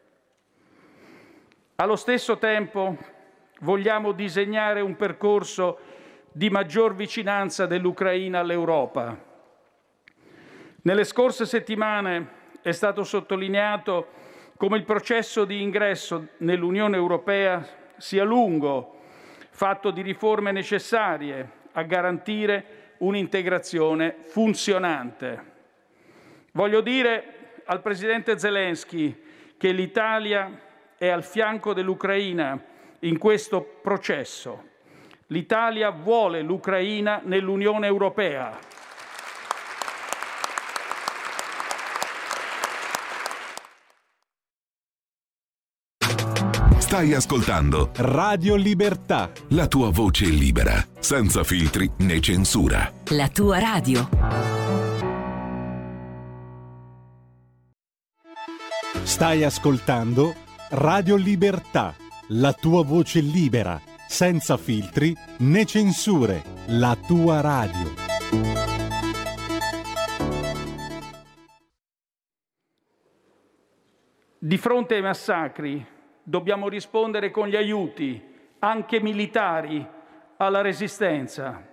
Allo stesso tempo vogliamo disegnare un percorso di maggior vicinanza dell'Ucraina all'Europa. Nelle scorse settimane è stato sottolineato come il processo di ingresso nell'Unione Europea sia lungo, fatto di riforme necessarie a garantire un'integrazione funzionante. Voglio dire al presidente Zelensky che l'Italia è al fianco dell'Ucraina in questo processo. L'Italia vuole l'Ucraina nell'Unione Europea. Stai ascoltando Radio Libertà. La tua voce libera, senza filtri né censura. La tua radio. Stai ascoltando Radio Libertà, la tua voce libera, senza filtri né censure, la tua radio. Di fronte ai massacri dobbiamo rispondere con gli aiuti, anche militari, alla resistenza.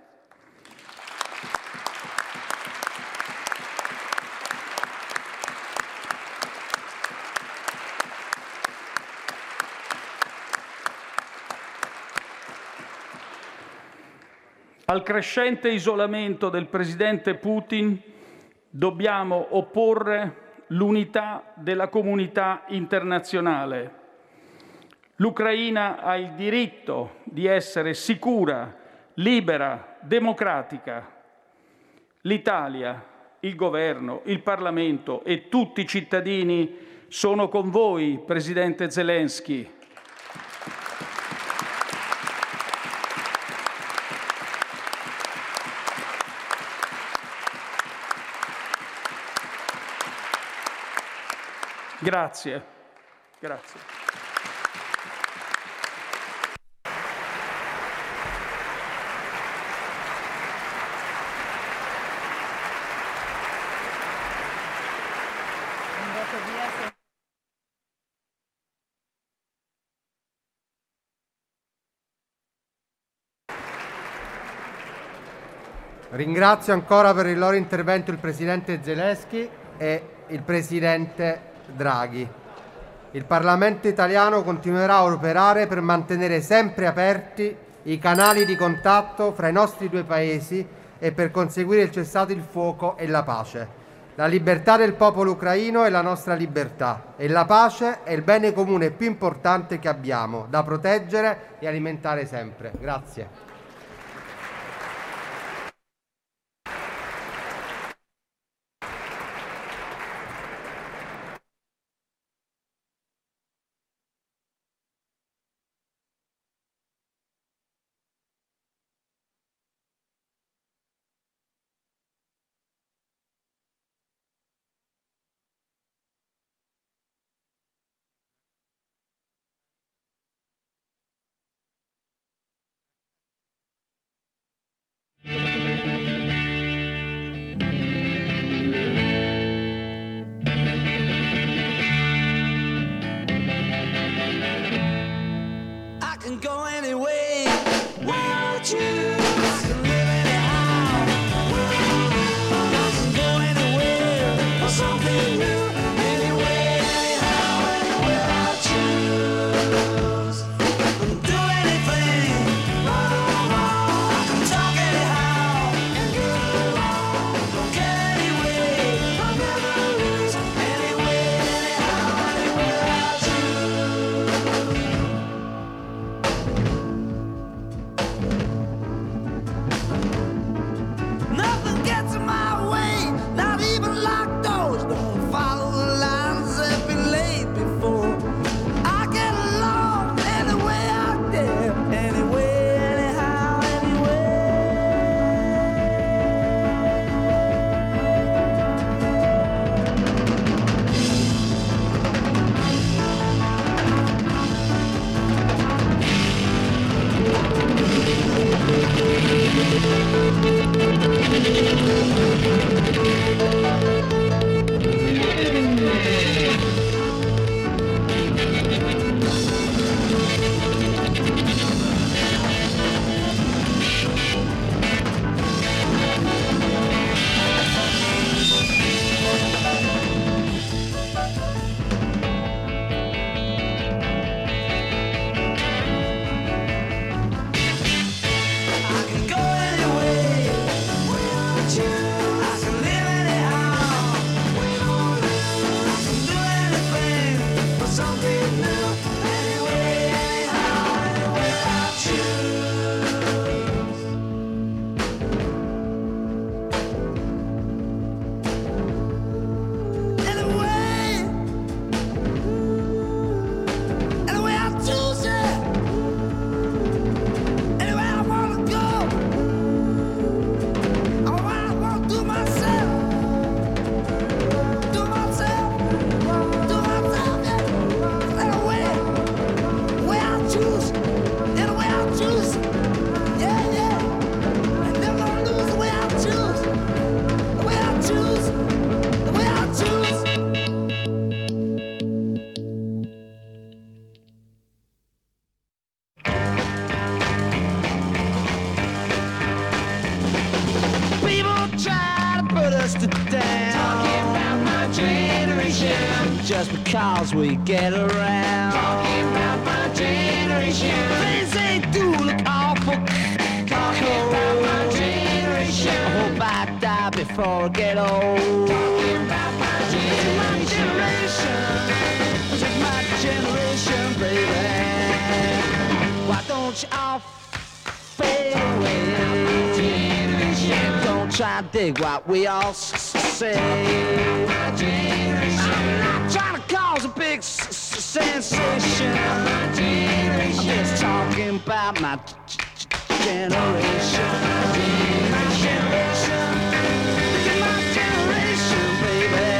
Al crescente isolamento del presidente Putin dobbiamo opporre l'unità della comunità internazionale. L'Ucraina ha il diritto di essere sicura, libera, democratica. L'Italia, il governo, il Parlamento e tutti i cittadini sono con voi, presidente Zelensky. Grazie. Grazie. Ringrazio ancora per il loro intervento il Presidente Zelensky e il Presidente Draghi. Il Parlamento italiano continuerà a operare per mantenere sempre aperti i canali di contatto fra i nostri due paesi e per conseguire il cessate il fuoco e la pace. La libertà del popolo ucraino è la nostra libertà e la pace è il bene comune più importante che abbiamo da proteggere e alimentare sempre. Grazie. can go anyway without you. I can live anyhow. I can go anywhere for something new. Anyway, anyhow, without you. I can do anything. I can talk anyhow. Don't care anyway. I'll never lose. Anyway, anyhow, without you. Nothing gets in my way, not even locked doors. Don't follow the lines that been laid before. I get along any way out there, anyway, anyhow, anyway. I can go anyway without you. I can live anyhow. I can do anything for something new. Anyway, anyhow, without you. Anyway, anyway, I choose it. Anyway, I wanna go. I wanna do myself. Do myself. Do myself, yeah. Anyway, way I choose. Anyway, I choose. Yeah, yeah. And never gonna lose the way I choose. The way I choose. The way I choose. People try to put us to down. Talking about my generation. Just because we get around. Talking about my generation. Things they do look awful. Talking about my generation. I hope I die before I get old. Talking about my generation. This is my generation, baby. Why don't you all fade away? Don't try to dig what we all say. I'm not trying to cause a big sensation. I'm just talking about my generation. My generation. This is my generation, baby.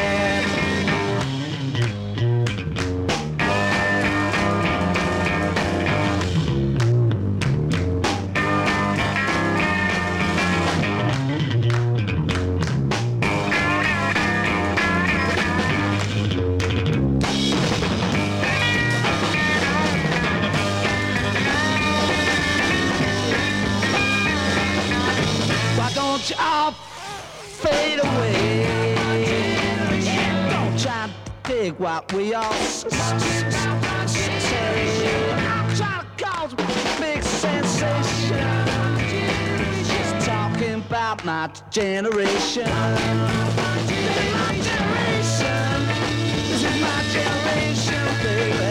Why don't you all fade away? Don't try to dig what we all say. I'm trying to cause a big sensation. Just talking about my generation. This is my generation. This is my generation, baby.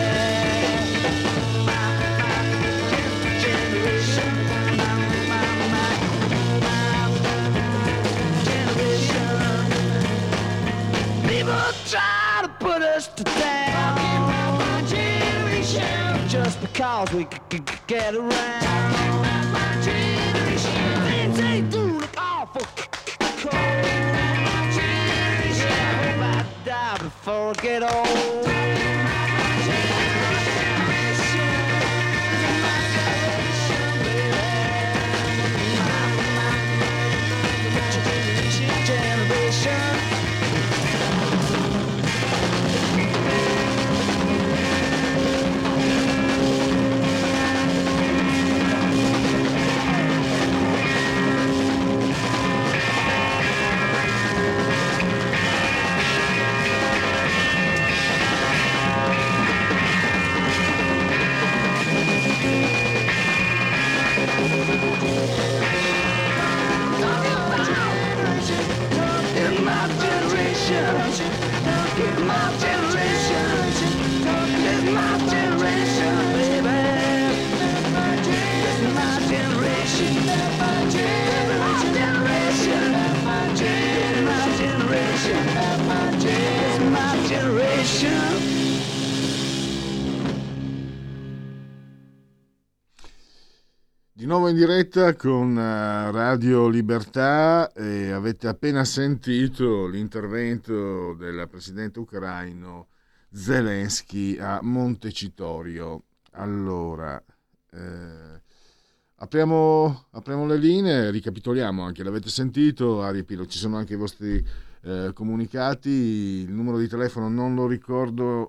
People try to put us to down. Talking about my generation. Just because we get around. Talking about my generation. Things they do look awful cold. My generation. I hope I die before I get old. Di nuovo in diretta con Radio Libertà e avete appena sentito l'intervento del presidente ucraino Zelensky a Montecitorio. Allora, apriamo le linee, ricapitoliamo anche, l'avete sentito, Ari Pilo, ci sono anche i vostri comunicati, il numero di telefono non lo ricordo,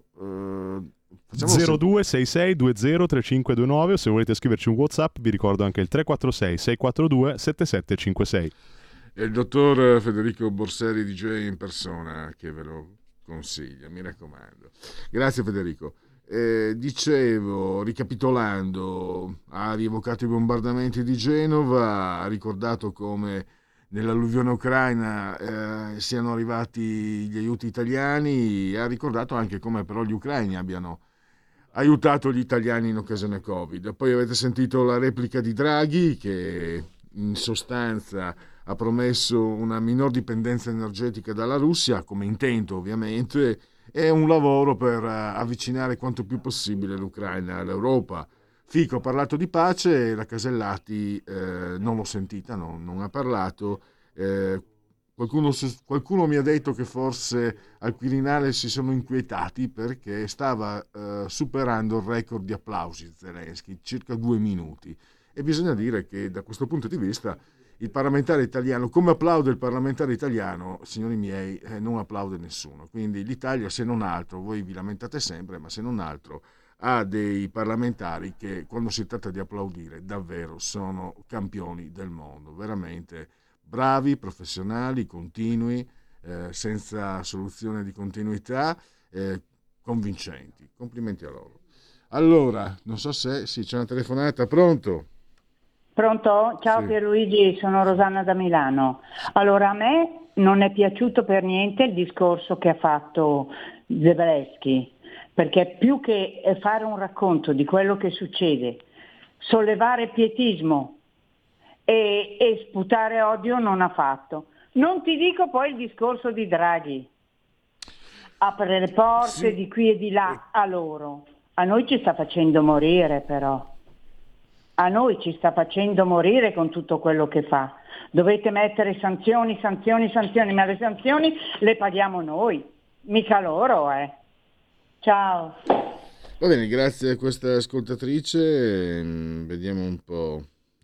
0266203529, o se volete scriverci un WhatsApp vi ricordo anche il 346 642 7756. E il dottor Federico Borseri DJ in persona che ve lo consiglia, mi raccomando. Grazie Federico. Dicevo, ricapitolando, ha rievocato i bombardamenti di Genova, ha ricordato come nell'alluvione ucraina siano arrivati gli aiuti italiani, ha ricordato anche come però gli ucraini abbiano aiutato gli italiani in occasione Covid. Poi avete sentito la replica di Draghi che in sostanza ha promesso una minor dipendenza energetica dalla Russia, come intento ovviamente, e un lavoro per avvicinare quanto più possibile l'Ucraina all'Europa. Fico ha parlato di pace, la Casellati non l'ho sentita, non ha parlato. Qualcuno mi ha detto che forse al Quirinale si sono inquietati perché stava superando il record di applausi Zelensky, circa 2 minuti. E bisogna dire che da questo punto di vista il parlamentare italiano, come applaude il parlamentare italiano, signori miei, non applaude nessuno. Quindi l'Italia, se non altro, voi vi lamentate sempre, ma se non altro ha dei parlamentari che quando si tratta di applaudire davvero sono campioni del mondo, veramente bravi, professionali, continui, senza soluzione di continuità, convincenti. Complimenti a loro. Allora, non so se c'è una telefonata, pronto? Pronto? Ciao sì. Pierluigi, sono Rosanna da Milano. Allora, a me non è piaciuto per niente il discorso che ha fatto Zelensky, perché più che fare un racconto di quello che succede, sollevare pietismo e sputare odio non ha fatto. Non ti dico poi il discorso di Draghi, apre le porte di qui e di là a loro. A noi ci sta facendo morire però. A noi ci sta facendo morire con tutto quello che fa. Dovete mettere sanzioni, ma le sanzioni le paghiamo noi, mica loro, Ciao. Va bene, grazie a questa ascoltatrice. Vediamo un po'.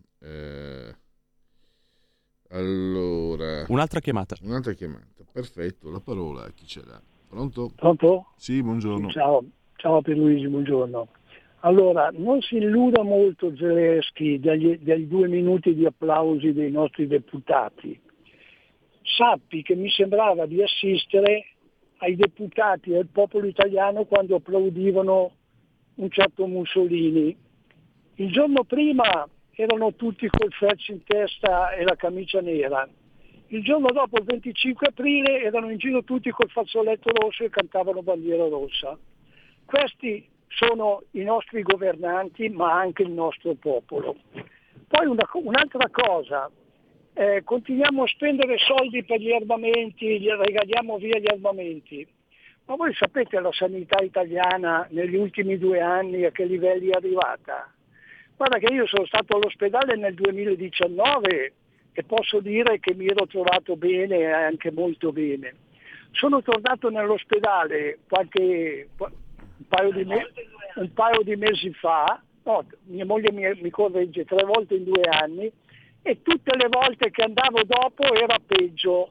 Allora. Un'altra chiamata. Perfetto, la parola a chi ce l'ha. Pronto? Pronto? Sì, buongiorno. Ciao Pierluigi, buongiorno. Allora, non si illuda molto Zelensky degli 2 minuti di applausi dei nostri deputati. Sappi che mi sembrava di assistere ai deputati e al popolo italiano quando applaudivano un certo Mussolini. Il giorno prima erano tutti col freccio in testa e la camicia nera. Il giorno dopo, il 25 aprile, erano in giro tutti col fazzoletto rosso e cantavano bandiera rossa. Questi sono i nostri governanti, ma anche il nostro popolo. Poi un'altra cosa, continuiamo a spendere soldi per gli armamenti, regaliamo via gli armamenti, ma voi sapete la sanità italiana negli ultimi 2 anni a che livelli è arrivata? Guarda che io sono stato all'ospedale nel 2019 e posso dire che mi ero trovato bene e anche molto bene. Sono tornato nell'ospedale un paio di mesi fa, mia moglie mi corregge 3 volte in 2 anni, e tutte le volte che andavo dopo era peggio.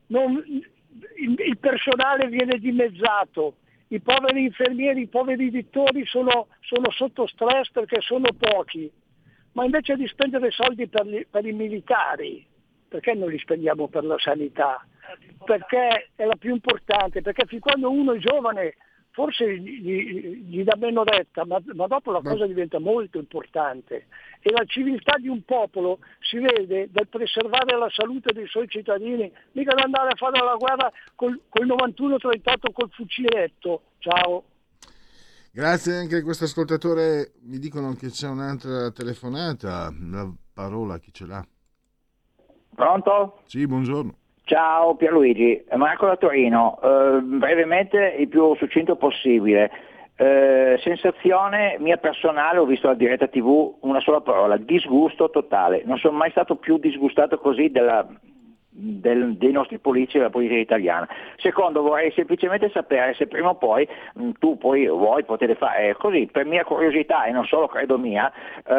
Il personale viene dimezzato, i poveri infermieri, i poveri dittori sono sotto stress perché sono pochi, ma invece di spendere soldi per i militari, perché non li spendiamo per la sanità? Perché è la più importante, perché fin quando uno è giovane forse gli dà meno retta, ma dopo la cosa diventa molto importante. E la civiltà di un popolo si vede dal preservare la salute dei suoi cittadini, mica da andare a fare la guerra col 91-38 col fuciletto. Ciao. Grazie anche a questo ascoltatore. Mi dicono che c'è un'altra telefonata. La parola a chi ce l'ha? Pronto? Sì, buongiorno. Ciao Pierluigi, Marco da Torino. Brevemente, il più succinto possibile. Sensazione mia personale, ho visto la diretta TV, una sola parola: disgusto totale. Non sono mai stato più disgustato così dei nostri politici e della politica italiana. Secondo, vorrei semplicemente sapere se prima o poi voi potete fare così, per mia curiosità e non solo credo mia,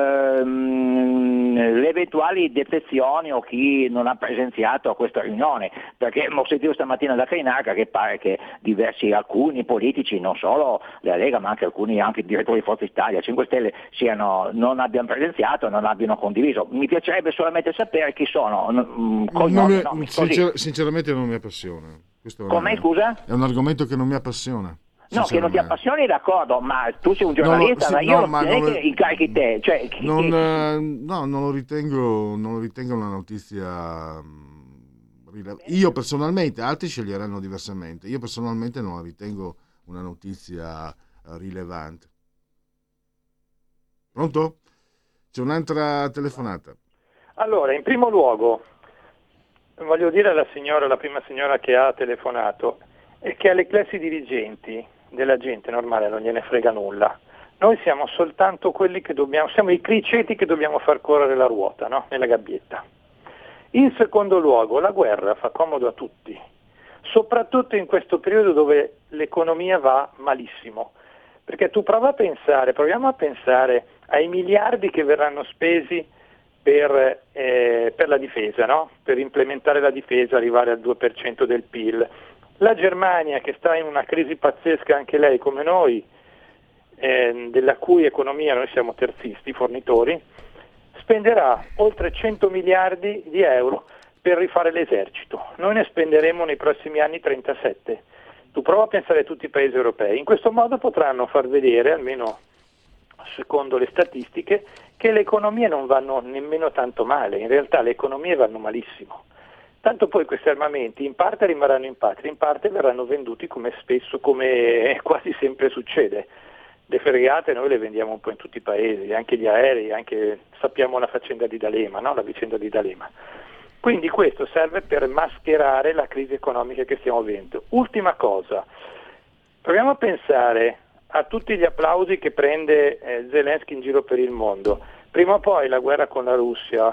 le eventuali defezioni o chi non ha presenziato a questa riunione, perché ho sentito stamattina da Cainarca che pare che alcuni politici, non solo della Lega ma anche alcuni direttori di Forza Italia, 5 Stelle, non abbiano presenziato, non abbiano condiviso. Mi piacerebbe solamente sapere chi sono, sinceramente non mi appassiona. Come, scusa? È un argomento che non mi appassiona. No, che non ti appassioni, d'accordo, ma tu sei un giornalista, che incarichi te. Non lo ritengo una notizia rilevante. Io personalmente, altri sceglieranno diversamente, io personalmente non la ritengo una notizia rilevante. Pronto? C'è un'altra telefonata. Allora, in primo luogo voglio dire alla prima signora che ha telefonato, è che alle classi dirigenti della gente normale non gliene frega nulla. Noi siamo soltanto quelli che siamo i criceti che dobbiamo far correre la ruota, no? Nella gabbietta. In secondo luogo, la guerra fa comodo a tutti, soprattutto in questo periodo dove l'economia va malissimo. Perché proviamo a pensare ai miliardi che verranno spesi per la difesa, no? Per implementare la difesa, arrivare al 2% del PIL. La Germania, che sta in una crisi pazzesca anche lei come noi, della cui economia noi siamo terzisti, fornitori, spenderà oltre 100 miliardi di euro per rifare l'esercito. Noi ne spenderemo nei prossimi anni 37. Tu prova a pensare a tutti i paesi europei. In questo modo potranno far vedere, almeno secondo le statistiche, che le economie non vanno nemmeno tanto male. In realtà le economie vanno malissimo. Tanto poi questi armamenti in parte rimarranno in patria, in parte verranno venduti come quasi sempre succede. Le fregate noi le vendiamo un po' in tutti i paesi, anche gli aerei, anche sappiamo la faccenda di D'Alema, no? La vicenda di D'Alema. Quindi questo serve per mascherare la crisi economica che stiamo vivendo. Ultima cosa, proviamo a pensare a tutti gli applausi che prende Zelensky in giro per il mondo. Prima o poi la guerra con la Russia,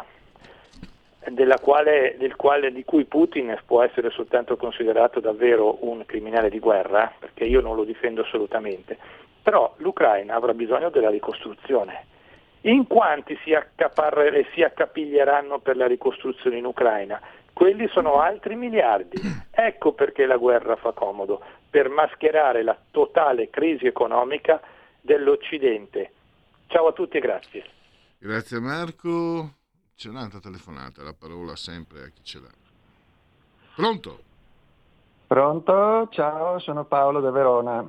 di cui Putin può essere soltanto considerato davvero un criminale di guerra, perché io non lo difendo assolutamente, però l'Ucraina avrà bisogno della ricostruzione. In quanti si accapiglieranno per la ricostruzione in Ucraina? Quelli sono altri miliardi. Ecco perché la guerra fa comodo, per mascherare la totale crisi economica dell'Occidente. Ciao a tutti e grazie. Grazie Marco. C'è un'altra telefonata, la parola sempre a chi ce l'ha. Pronto? Pronto? Ciao, sono Paolo da Verona.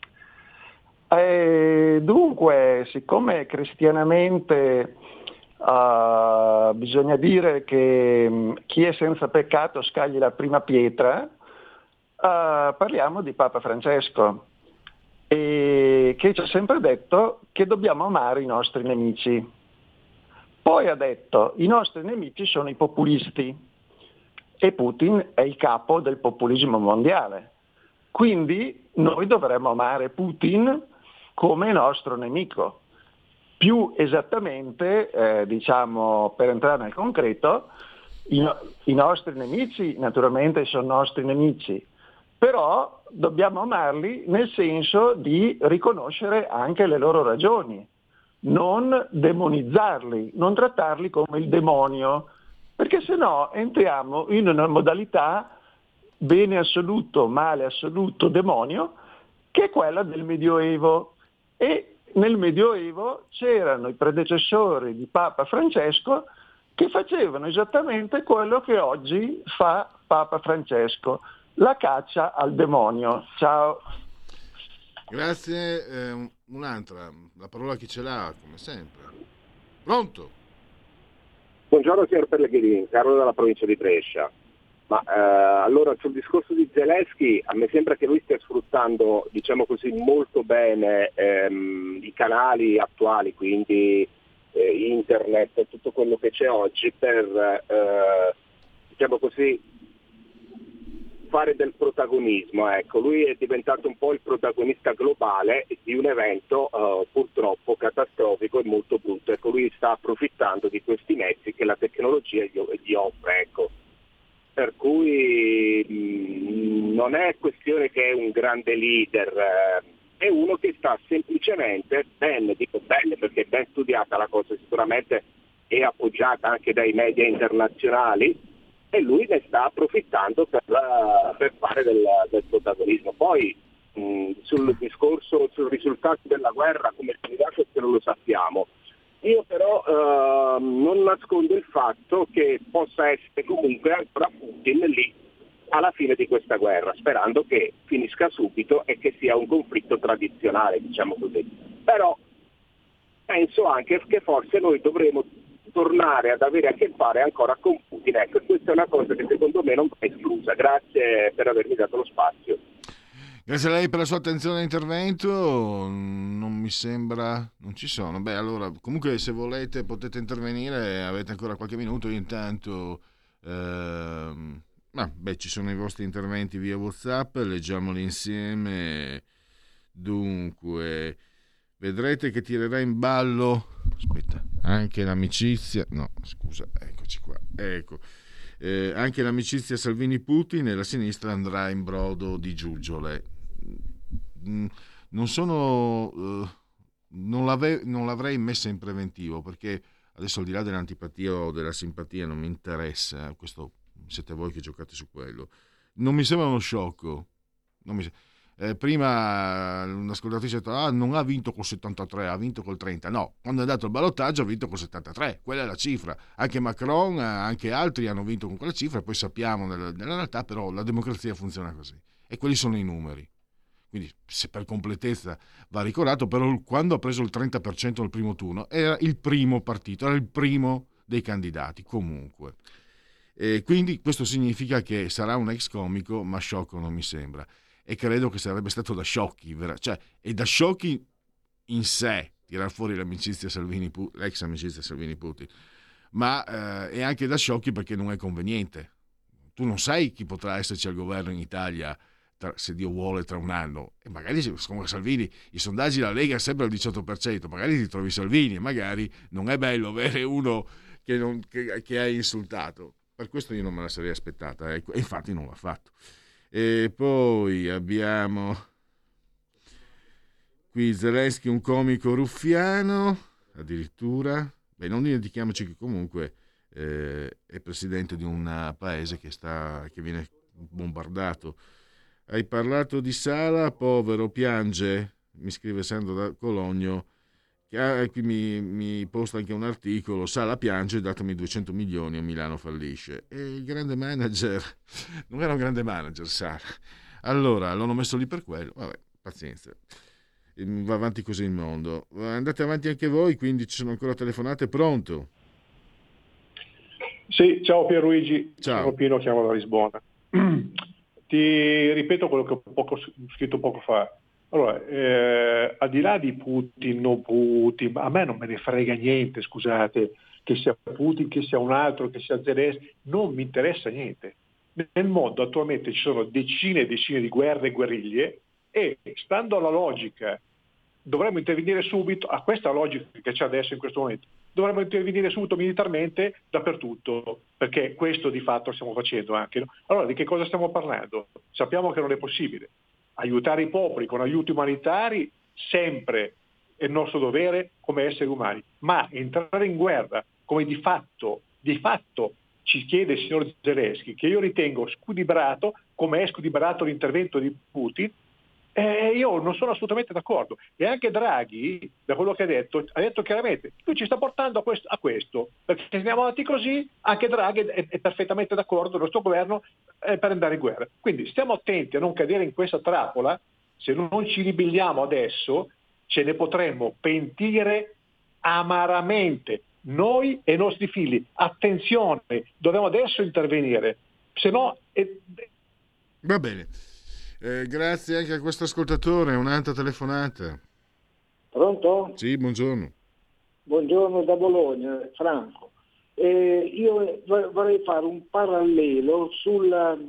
Dunque, siccome cristianamente bisogna dire che chi è senza peccato scagli la prima pietra, parliamo di Papa Francesco, che ci ha sempre detto che dobbiamo amare i nostri nemici. Poi ha detto i nostri nemici sono i populisti e Putin è il capo del populismo mondiale. Quindi noi dovremmo amare Putin come nostro nemico. Più esattamente, per entrare nel concreto, i nostri nemici naturalmente sono nostri nemici, però dobbiamo amarli nel senso di riconoscere anche le loro ragioni, non demonizzarli, non trattarli come il demonio, perché se no entriamo in una modalità bene assoluto, male assoluto, demonio, che è quella del Medioevo. E nel Medioevo c'erano i predecessori di Papa Francesco che facevano esattamente quello che oggi fa Papa Francesco, la caccia al demonio. Ciao. Grazie. Un'altra, la parola chi ce l'ha, come sempre. Pronto? Buongiorno signor Pellegrini, Carlo dalla provincia di Brescia. Ma allora sul discorso di Zelensky, a me sembra che lui stia sfruttando, diciamo così, molto bene i canali attuali, quindi internet e tutto quello che c'è oggi per, diciamo così, fare del protagonismo, ecco, lui è diventato un po' il protagonista globale di un evento purtroppo catastrofico e molto brutto. Ecco, lui sta approfittando di questi mezzi che la tecnologia gli offre, ecco. Per cui non è questione che è un grande leader, è uno che sta semplicemente bene perché è ben studiata la cosa sicuramente e appoggiata anche dai media internazionali, e lui ne sta approfittando per fare del protagonismo. Poi sul discorso, sul risultato della guerra come candidato, che non lo sappiamo. Io però non nascondo il fatto che possa essere comunque ancora Putin lì alla fine di questa guerra, sperando che finisca subito e che sia un conflitto tradizionale, diciamo così. Però penso anche che forse noi dovremo tornare ad avere a che fare ancora con Putin. Ecco, questa è una cosa che secondo me non va esclusa. Grazie per avermi dato lo spazio. Grazie a lei per la sua attenzione all'intervento. Non mi sembra, non ci sono. Beh, allora, comunque se volete potete intervenire, avete ancora qualche minuto. Io intanto ci sono i vostri interventi via WhatsApp, leggiamoli insieme. Dunque, vedrete che tirerà in ballo, aspetta, anche l'amicizia, no, scusa, eccoci qua, ecco. Anche l'amicizia Salvini-Putin, e la sinistra andrà in brodo di giuggiole. Non l'avrei messa in preventivo, perché adesso, al di là dell'antipatia o della simpatia, non mi interessa, questo siete voi che giocate su quello. Non mi sembra uno sciocco. Prima un'ascoltatrice ha detto non ha vinto col 73, ha vinto col 30. No, quando è andato al ballottaggio ha vinto col 73, quella è la cifra. Anche Macron, anche altri hanno vinto con quella cifra, poi sappiamo nella realtà, però la democrazia funziona così, e quelli sono i numeri. Quindi, se per completezza va ricordato, però quando ha preso il 30% nel primo turno era il primo partito, era il primo dei candidati comunque. Quindi questo significa che sarà un ex comico, ma sciocco non mi sembra. E credo che sarebbe stato da sciocchi, e da sciocchi in sé tirar fuori l'amicizia l'ex amicizia Salvini-Putin, ma è anche da sciocchi perché non è conveniente. Tu non sai chi potrà esserci al governo in Italia, se Dio vuole, tra un anno, e magari come Salvini, i sondaggi la Lega è sempre al 18%, magari ti trovi Salvini e magari non è bello avere uno che hai insultato. Per questo io non me la sarei aspettata, e infatti non l'ha fatto. E poi abbiamo qui Zelensky, un comico ruffiano, addirittura. Non dimentichiamoci che comunque è presidente di un paese che viene bombardato. Hai parlato di Sala, povero, piange, mi scrive Sandro da Cologno, che qui mi posta anche un articolo. Sala piange, datemi 200 milioni e Milano fallisce. E il grande manager non era un grande manager, Sala. Allora l'hanno messo lì per quello, vabbè, pazienza, va avanti così il mondo. Andate avanti anche voi, quindi ci sono ancora telefonate. Pronto? Sì, ciao Pierluigi, ciao. Sono Pino, chiamo da Lisbona. Ti ripeto quello che ho scritto poco fa. Allora, al di là di Putin, no Putin, a me non me ne frega niente, scusate, che sia Putin, che sia un altro, che sia Zelensky, non mi interessa niente. Nel mondo attualmente ci sono decine e decine di guerre e guerriglie, e stando alla logica dovremmo intervenire subito, a questa logica che c'è adesso in questo momento, dovremmo intervenire subito militarmente dappertutto, perché questo di fatto stiamo facendo anche. No? Allora, di che cosa stiamo parlando? Sappiamo che non è possibile. Aiutare i popoli con aiuti umanitari sempre è il nostro dovere come esseri umani, ma entrare in guerra come di fatto ci chiede il signor Zelensky, che io ritengo squilibrato, come è squilibrato l'intervento di Putin, io non sono assolutamente d'accordo. E anche Draghi, da quello che ha detto chiaramente, lui ci sta portando a questo, perché se andiamo avanti così, anche Draghi è perfettamente d'accordo, il nostro governo, per andare in guerra. Quindi stiamo attenti a non cadere in questa trappola. Se non ci ribelliamo adesso, ce ne potremmo pentire amaramente, noi e i nostri figli. Attenzione, dobbiamo adesso intervenire, se no... Va bene. Grazie anche a questo ascoltatore. Un'altra telefonata. Pronto? Sì, buongiorno. Buongiorno da Bologna, Franco. Io vorrei fare un parallelo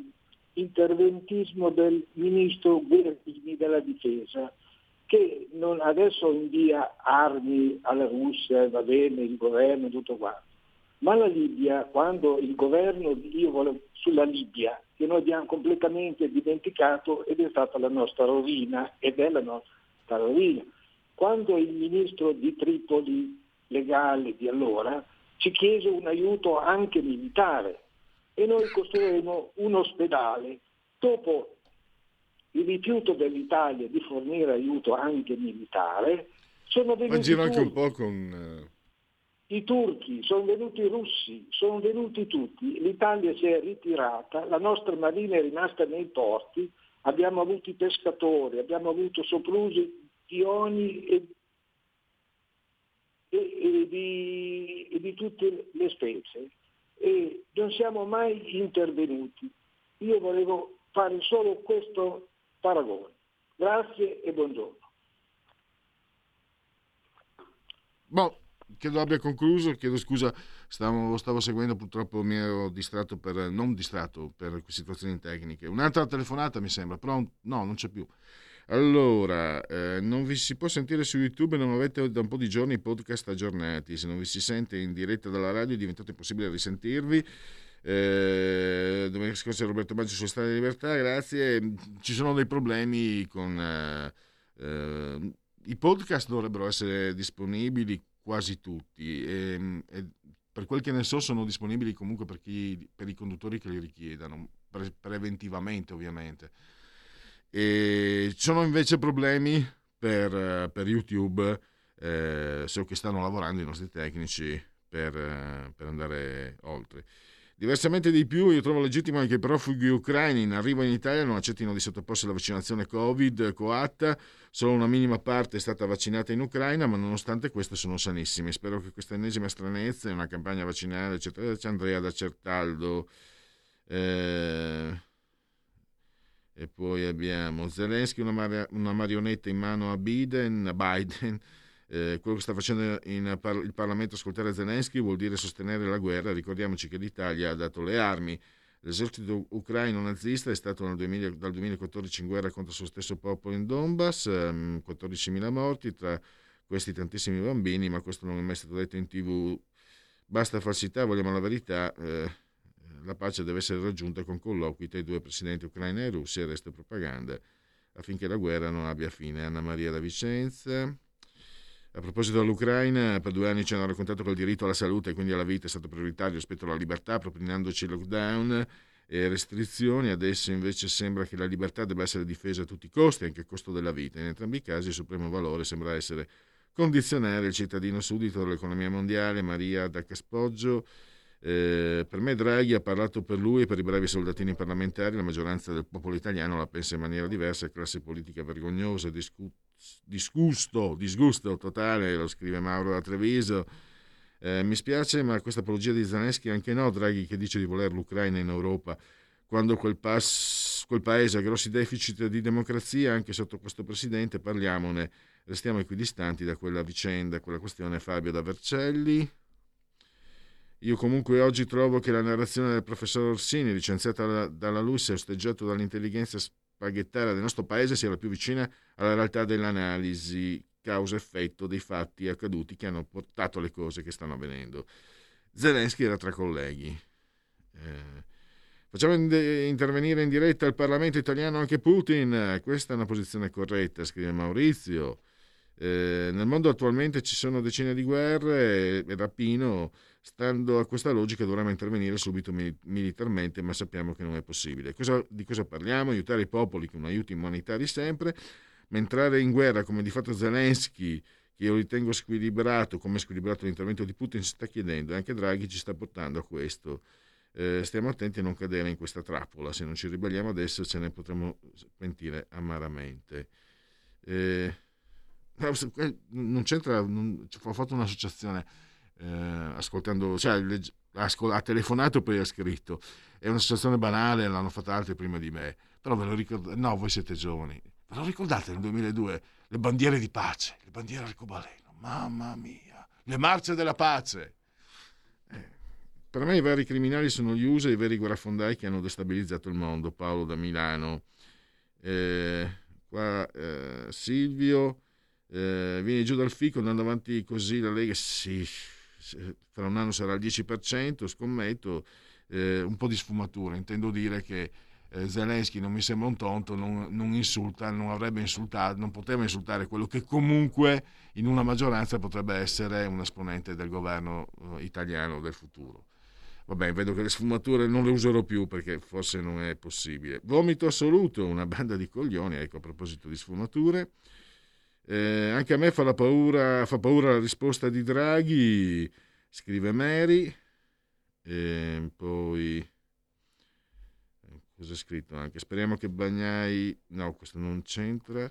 interventismo del ministro Guerini della difesa, che adesso invia armi alla Russia, va bene, il governo, tutto quanto. Ma la Libia, quando il governo, sulla Libia, che noi abbiamo completamente dimenticato, ed è stata la nostra rovina, ed è la nostra rovina. Quando il ministro di Tripoli legale di allora ci chiese un aiuto anche militare e noi costruiremo un ospedale, dopo il rifiuto dell'Italia di fornire aiuto anche militare, sono venuti anche un po' con i turchi, sono venuti i russi, sono venuti tutti, l'Italia si è ritirata, la nostra marina è rimasta nei porti, abbiamo avuto i pescatori, abbiamo avuto soprusi di ogni e di tutte le specie e non siamo mai intervenuti. Io volevo fare solo questo paragone. Grazie e buongiorno. Credo abbia concluso, chiedo scusa, lo stavo seguendo, purtroppo mi ero distratto per situazioni tecniche. Un'altra telefonata mi sembra, però no, non c'è più. Allora, non vi si può sentire su YouTube, non avete da un po' di giorni i podcast aggiornati, se non vi si sente in diretta dalla radio è diventato impossibile risentirvi. Domenica scorsa Roberto Baggio su Strada di Libertà, grazie. Ci sono dei problemi con i podcast, dovrebbero essere disponibili quasi tutti e per quel che ne so sono disponibili comunque per i conduttori che li richiedano, preventivamente ovviamente. E ci sono invece problemi per YouTube, so che stanno lavorando i nostri tecnici per andare oltre. Diversamente di più, io trovo legittimo che i profughi ucraini in arrivo in Italia non accettino di sottoporsi alla vaccinazione Covid coatta. Solo una minima parte è stata vaccinata in Ucraina, ma nonostante questo sono sanissimi. Spero che questa ennesima stranezza in una campagna vaccinale, eccetera. C'è Andrea da Certaldo. E poi abbiamo Zelensky, una marionetta in mano a Biden. Quello che sta facendo il Parlamento, ascoltare Zelensky, vuol dire sostenere la guerra. Ricordiamoci che l'Italia ha dato le armi. L'esercito ucraino nazista è stato dal 2014 in guerra contro il suo stesso popolo in Donbass, 14.000 morti, tra questi tantissimi bambini, ma questo non è mai stato detto in TV. Basta falsità, vogliamo la verità. La pace deve essere raggiunta con colloqui tra i due presidenti ucraina e Russia, il resto è propaganda, affinché la guerra non abbia fine. Anna Maria da Vicenza. A proposito dell'Ucraina, per 2 anni ci hanno raccontato che il diritto alla salute e quindi alla vita è stato prioritario rispetto alla libertà, propinandoci lockdown e restrizioni. Adesso invece sembra che la libertà debba essere difesa a tutti i costi, anche a costo della vita. In entrambi i casi il supremo valore sembra essere condizionare il cittadino suddito dell'economia mondiale. Maria da Caspoggio. Per me Draghi ha parlato per lui e per i bravi soldatini parlamentari. La maggioranza del popolo italiano la pensa in maniera diversa. Classe politica vergognosa, disgusto totale, lo scrive Mauro da Treviso. Mi spiace, ma questa apologia di Zelensky anche no. Draghi che dice di voler l'Ucraina in Europa quando quel paese ha grossi deficit di democrazia anche sotto questo presidente. Parliamone, restiamo equidistanti da quella vicenda, quella questione. Fabio da Vercelli. Io comunque oggi trovo che la narrazione del professor Orsini, licenziata dalla LUISS e osteggiato dall'intelligenza spaghettara del nostro paese, sia la più vicina alla realtà dell'analisi causa-effetto dei fatti accaduti che hanno portato le cose che stanno avvenendo. Zelensky era tra colleghi. Facciamo intervenire in diretta al Parlamento italiano anche Putin. Questa è una posizione corretta, scrive Maurizio. Nel mondo attualmente ci sono decine di guerre e rapino. Stando a questa logica dovremmo intervenire subito militarmente, ma sappiamo che non è possibile. Di cosa parliamo? Aiutare i popoli con aiuti umanitari sempre, ma entrare in guerra come di fatto Zelensky, che io ritengo squilibrato, come è squilibrato l'intervento di Putin, si sta chiedendo, e anche Draghi ci sta portando a questo. Stiamo attenti a non cadere in questa trappola. Se non ci ribelliamo adesso ce ne potremo pentire amaramente. Non c'entra, ho fatto un'associazione ascoltando, ha telefonato e poi ha scritto. È un'associazione banale, l'hanno fatta altri prima di me, però ve lo ricordate? No, voi siete giovani, ve lo ricordate nel 2002 le bandiere di pace, le bandiere arcobaleno, mamma mia, le marce della pace. Per me i veri criminali sono gli USA e i veri guerrafondai che hanno destabilizzato il mondo. Paolo da Milano. Silvio, vieni giù dal fico andando avanti così la Lega, sì, fra un anno sarà il 10%, scommetto. Un po' di sfumatura, intendo dire che Zelensky non mi sembra un tonto, non insulta, non avrebbe insultato, non poteva insultare quello che comunque in una maggioranza potrebbe essere un esponente del governo italiano del futuro. Vabbè, vedo che le sfumature non le userò più perché forse non è possibile. Vomito assoluto, una banda di coglioni, ecco, a proposito di sfumature. Anche a me fa paura la risposta di Draghi, scrive Mary. Poi cosa è scritto anche? Speriamo che Bagnai, no, questo non c'entra.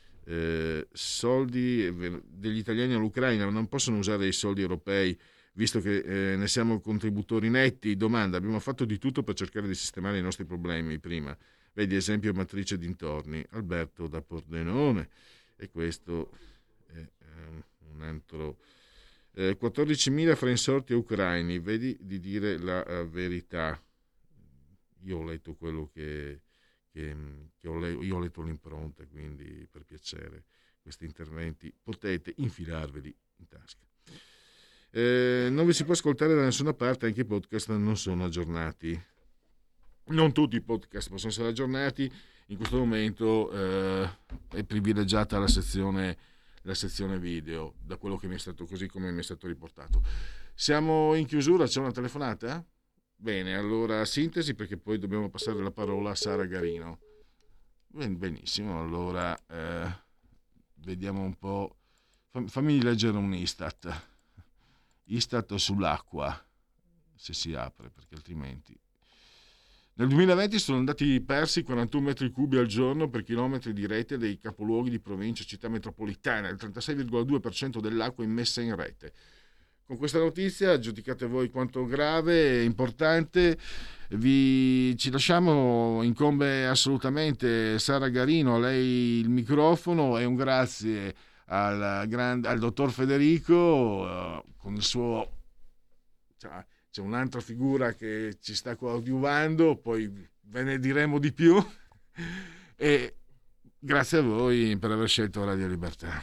Soldi degli italiani all'Ucraina non possono usare i soldi europei visto che ne siamo contributori netti. Domanda: abbiamo fatto di tutto per cercare di sistemare i nostri problemi prima, vedi esempio matrice dintorni. Alberto da Pordenone. E questo è un altro 14.000 fra insorti ucraini, vedi di dire la verità. Io ho letto quello che io ho letto l'impronta, quindi per piacere questi interventi potete infilarveli in tasca. Non vi si può ascoltare da nessuna parte, anche i podcast non sono aggiornati. Non tutti i podcast possono essere aggiornati. In questo momento è privilegiata la sezione video, da quello che mi è stato, così come mi è stato riportato. Siamo in chiusura, c'è una telefonata? Bene, allora sintesi, perché poi dobbiamo passare la parola a Sara Garino. Benissimo, allora vediamo un po'. Fammi leggere un Istat sull'acqua, se si apre, perché altrimenti. Nel 2020 sono andati persi 41 metri cubi al giorno per chilometri di rete dei capoluoghi di provincia e città metropolitane, il 36,2% dell'acqua immessa in rete. Con questa notizia, giudicate voi quanto grave e importante, ci lasciamo, incombe assolutamente Sara Garino, a lei il microfono, e un grazie al dottor Federico, con il suo... C'è un'altra figura che ci sta coadiuvando, poi ve ne diremo di più, e grazie a voi per aver scelto Radio Libertà.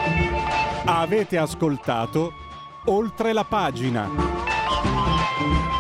Avete ascoltato Oltre la pagina.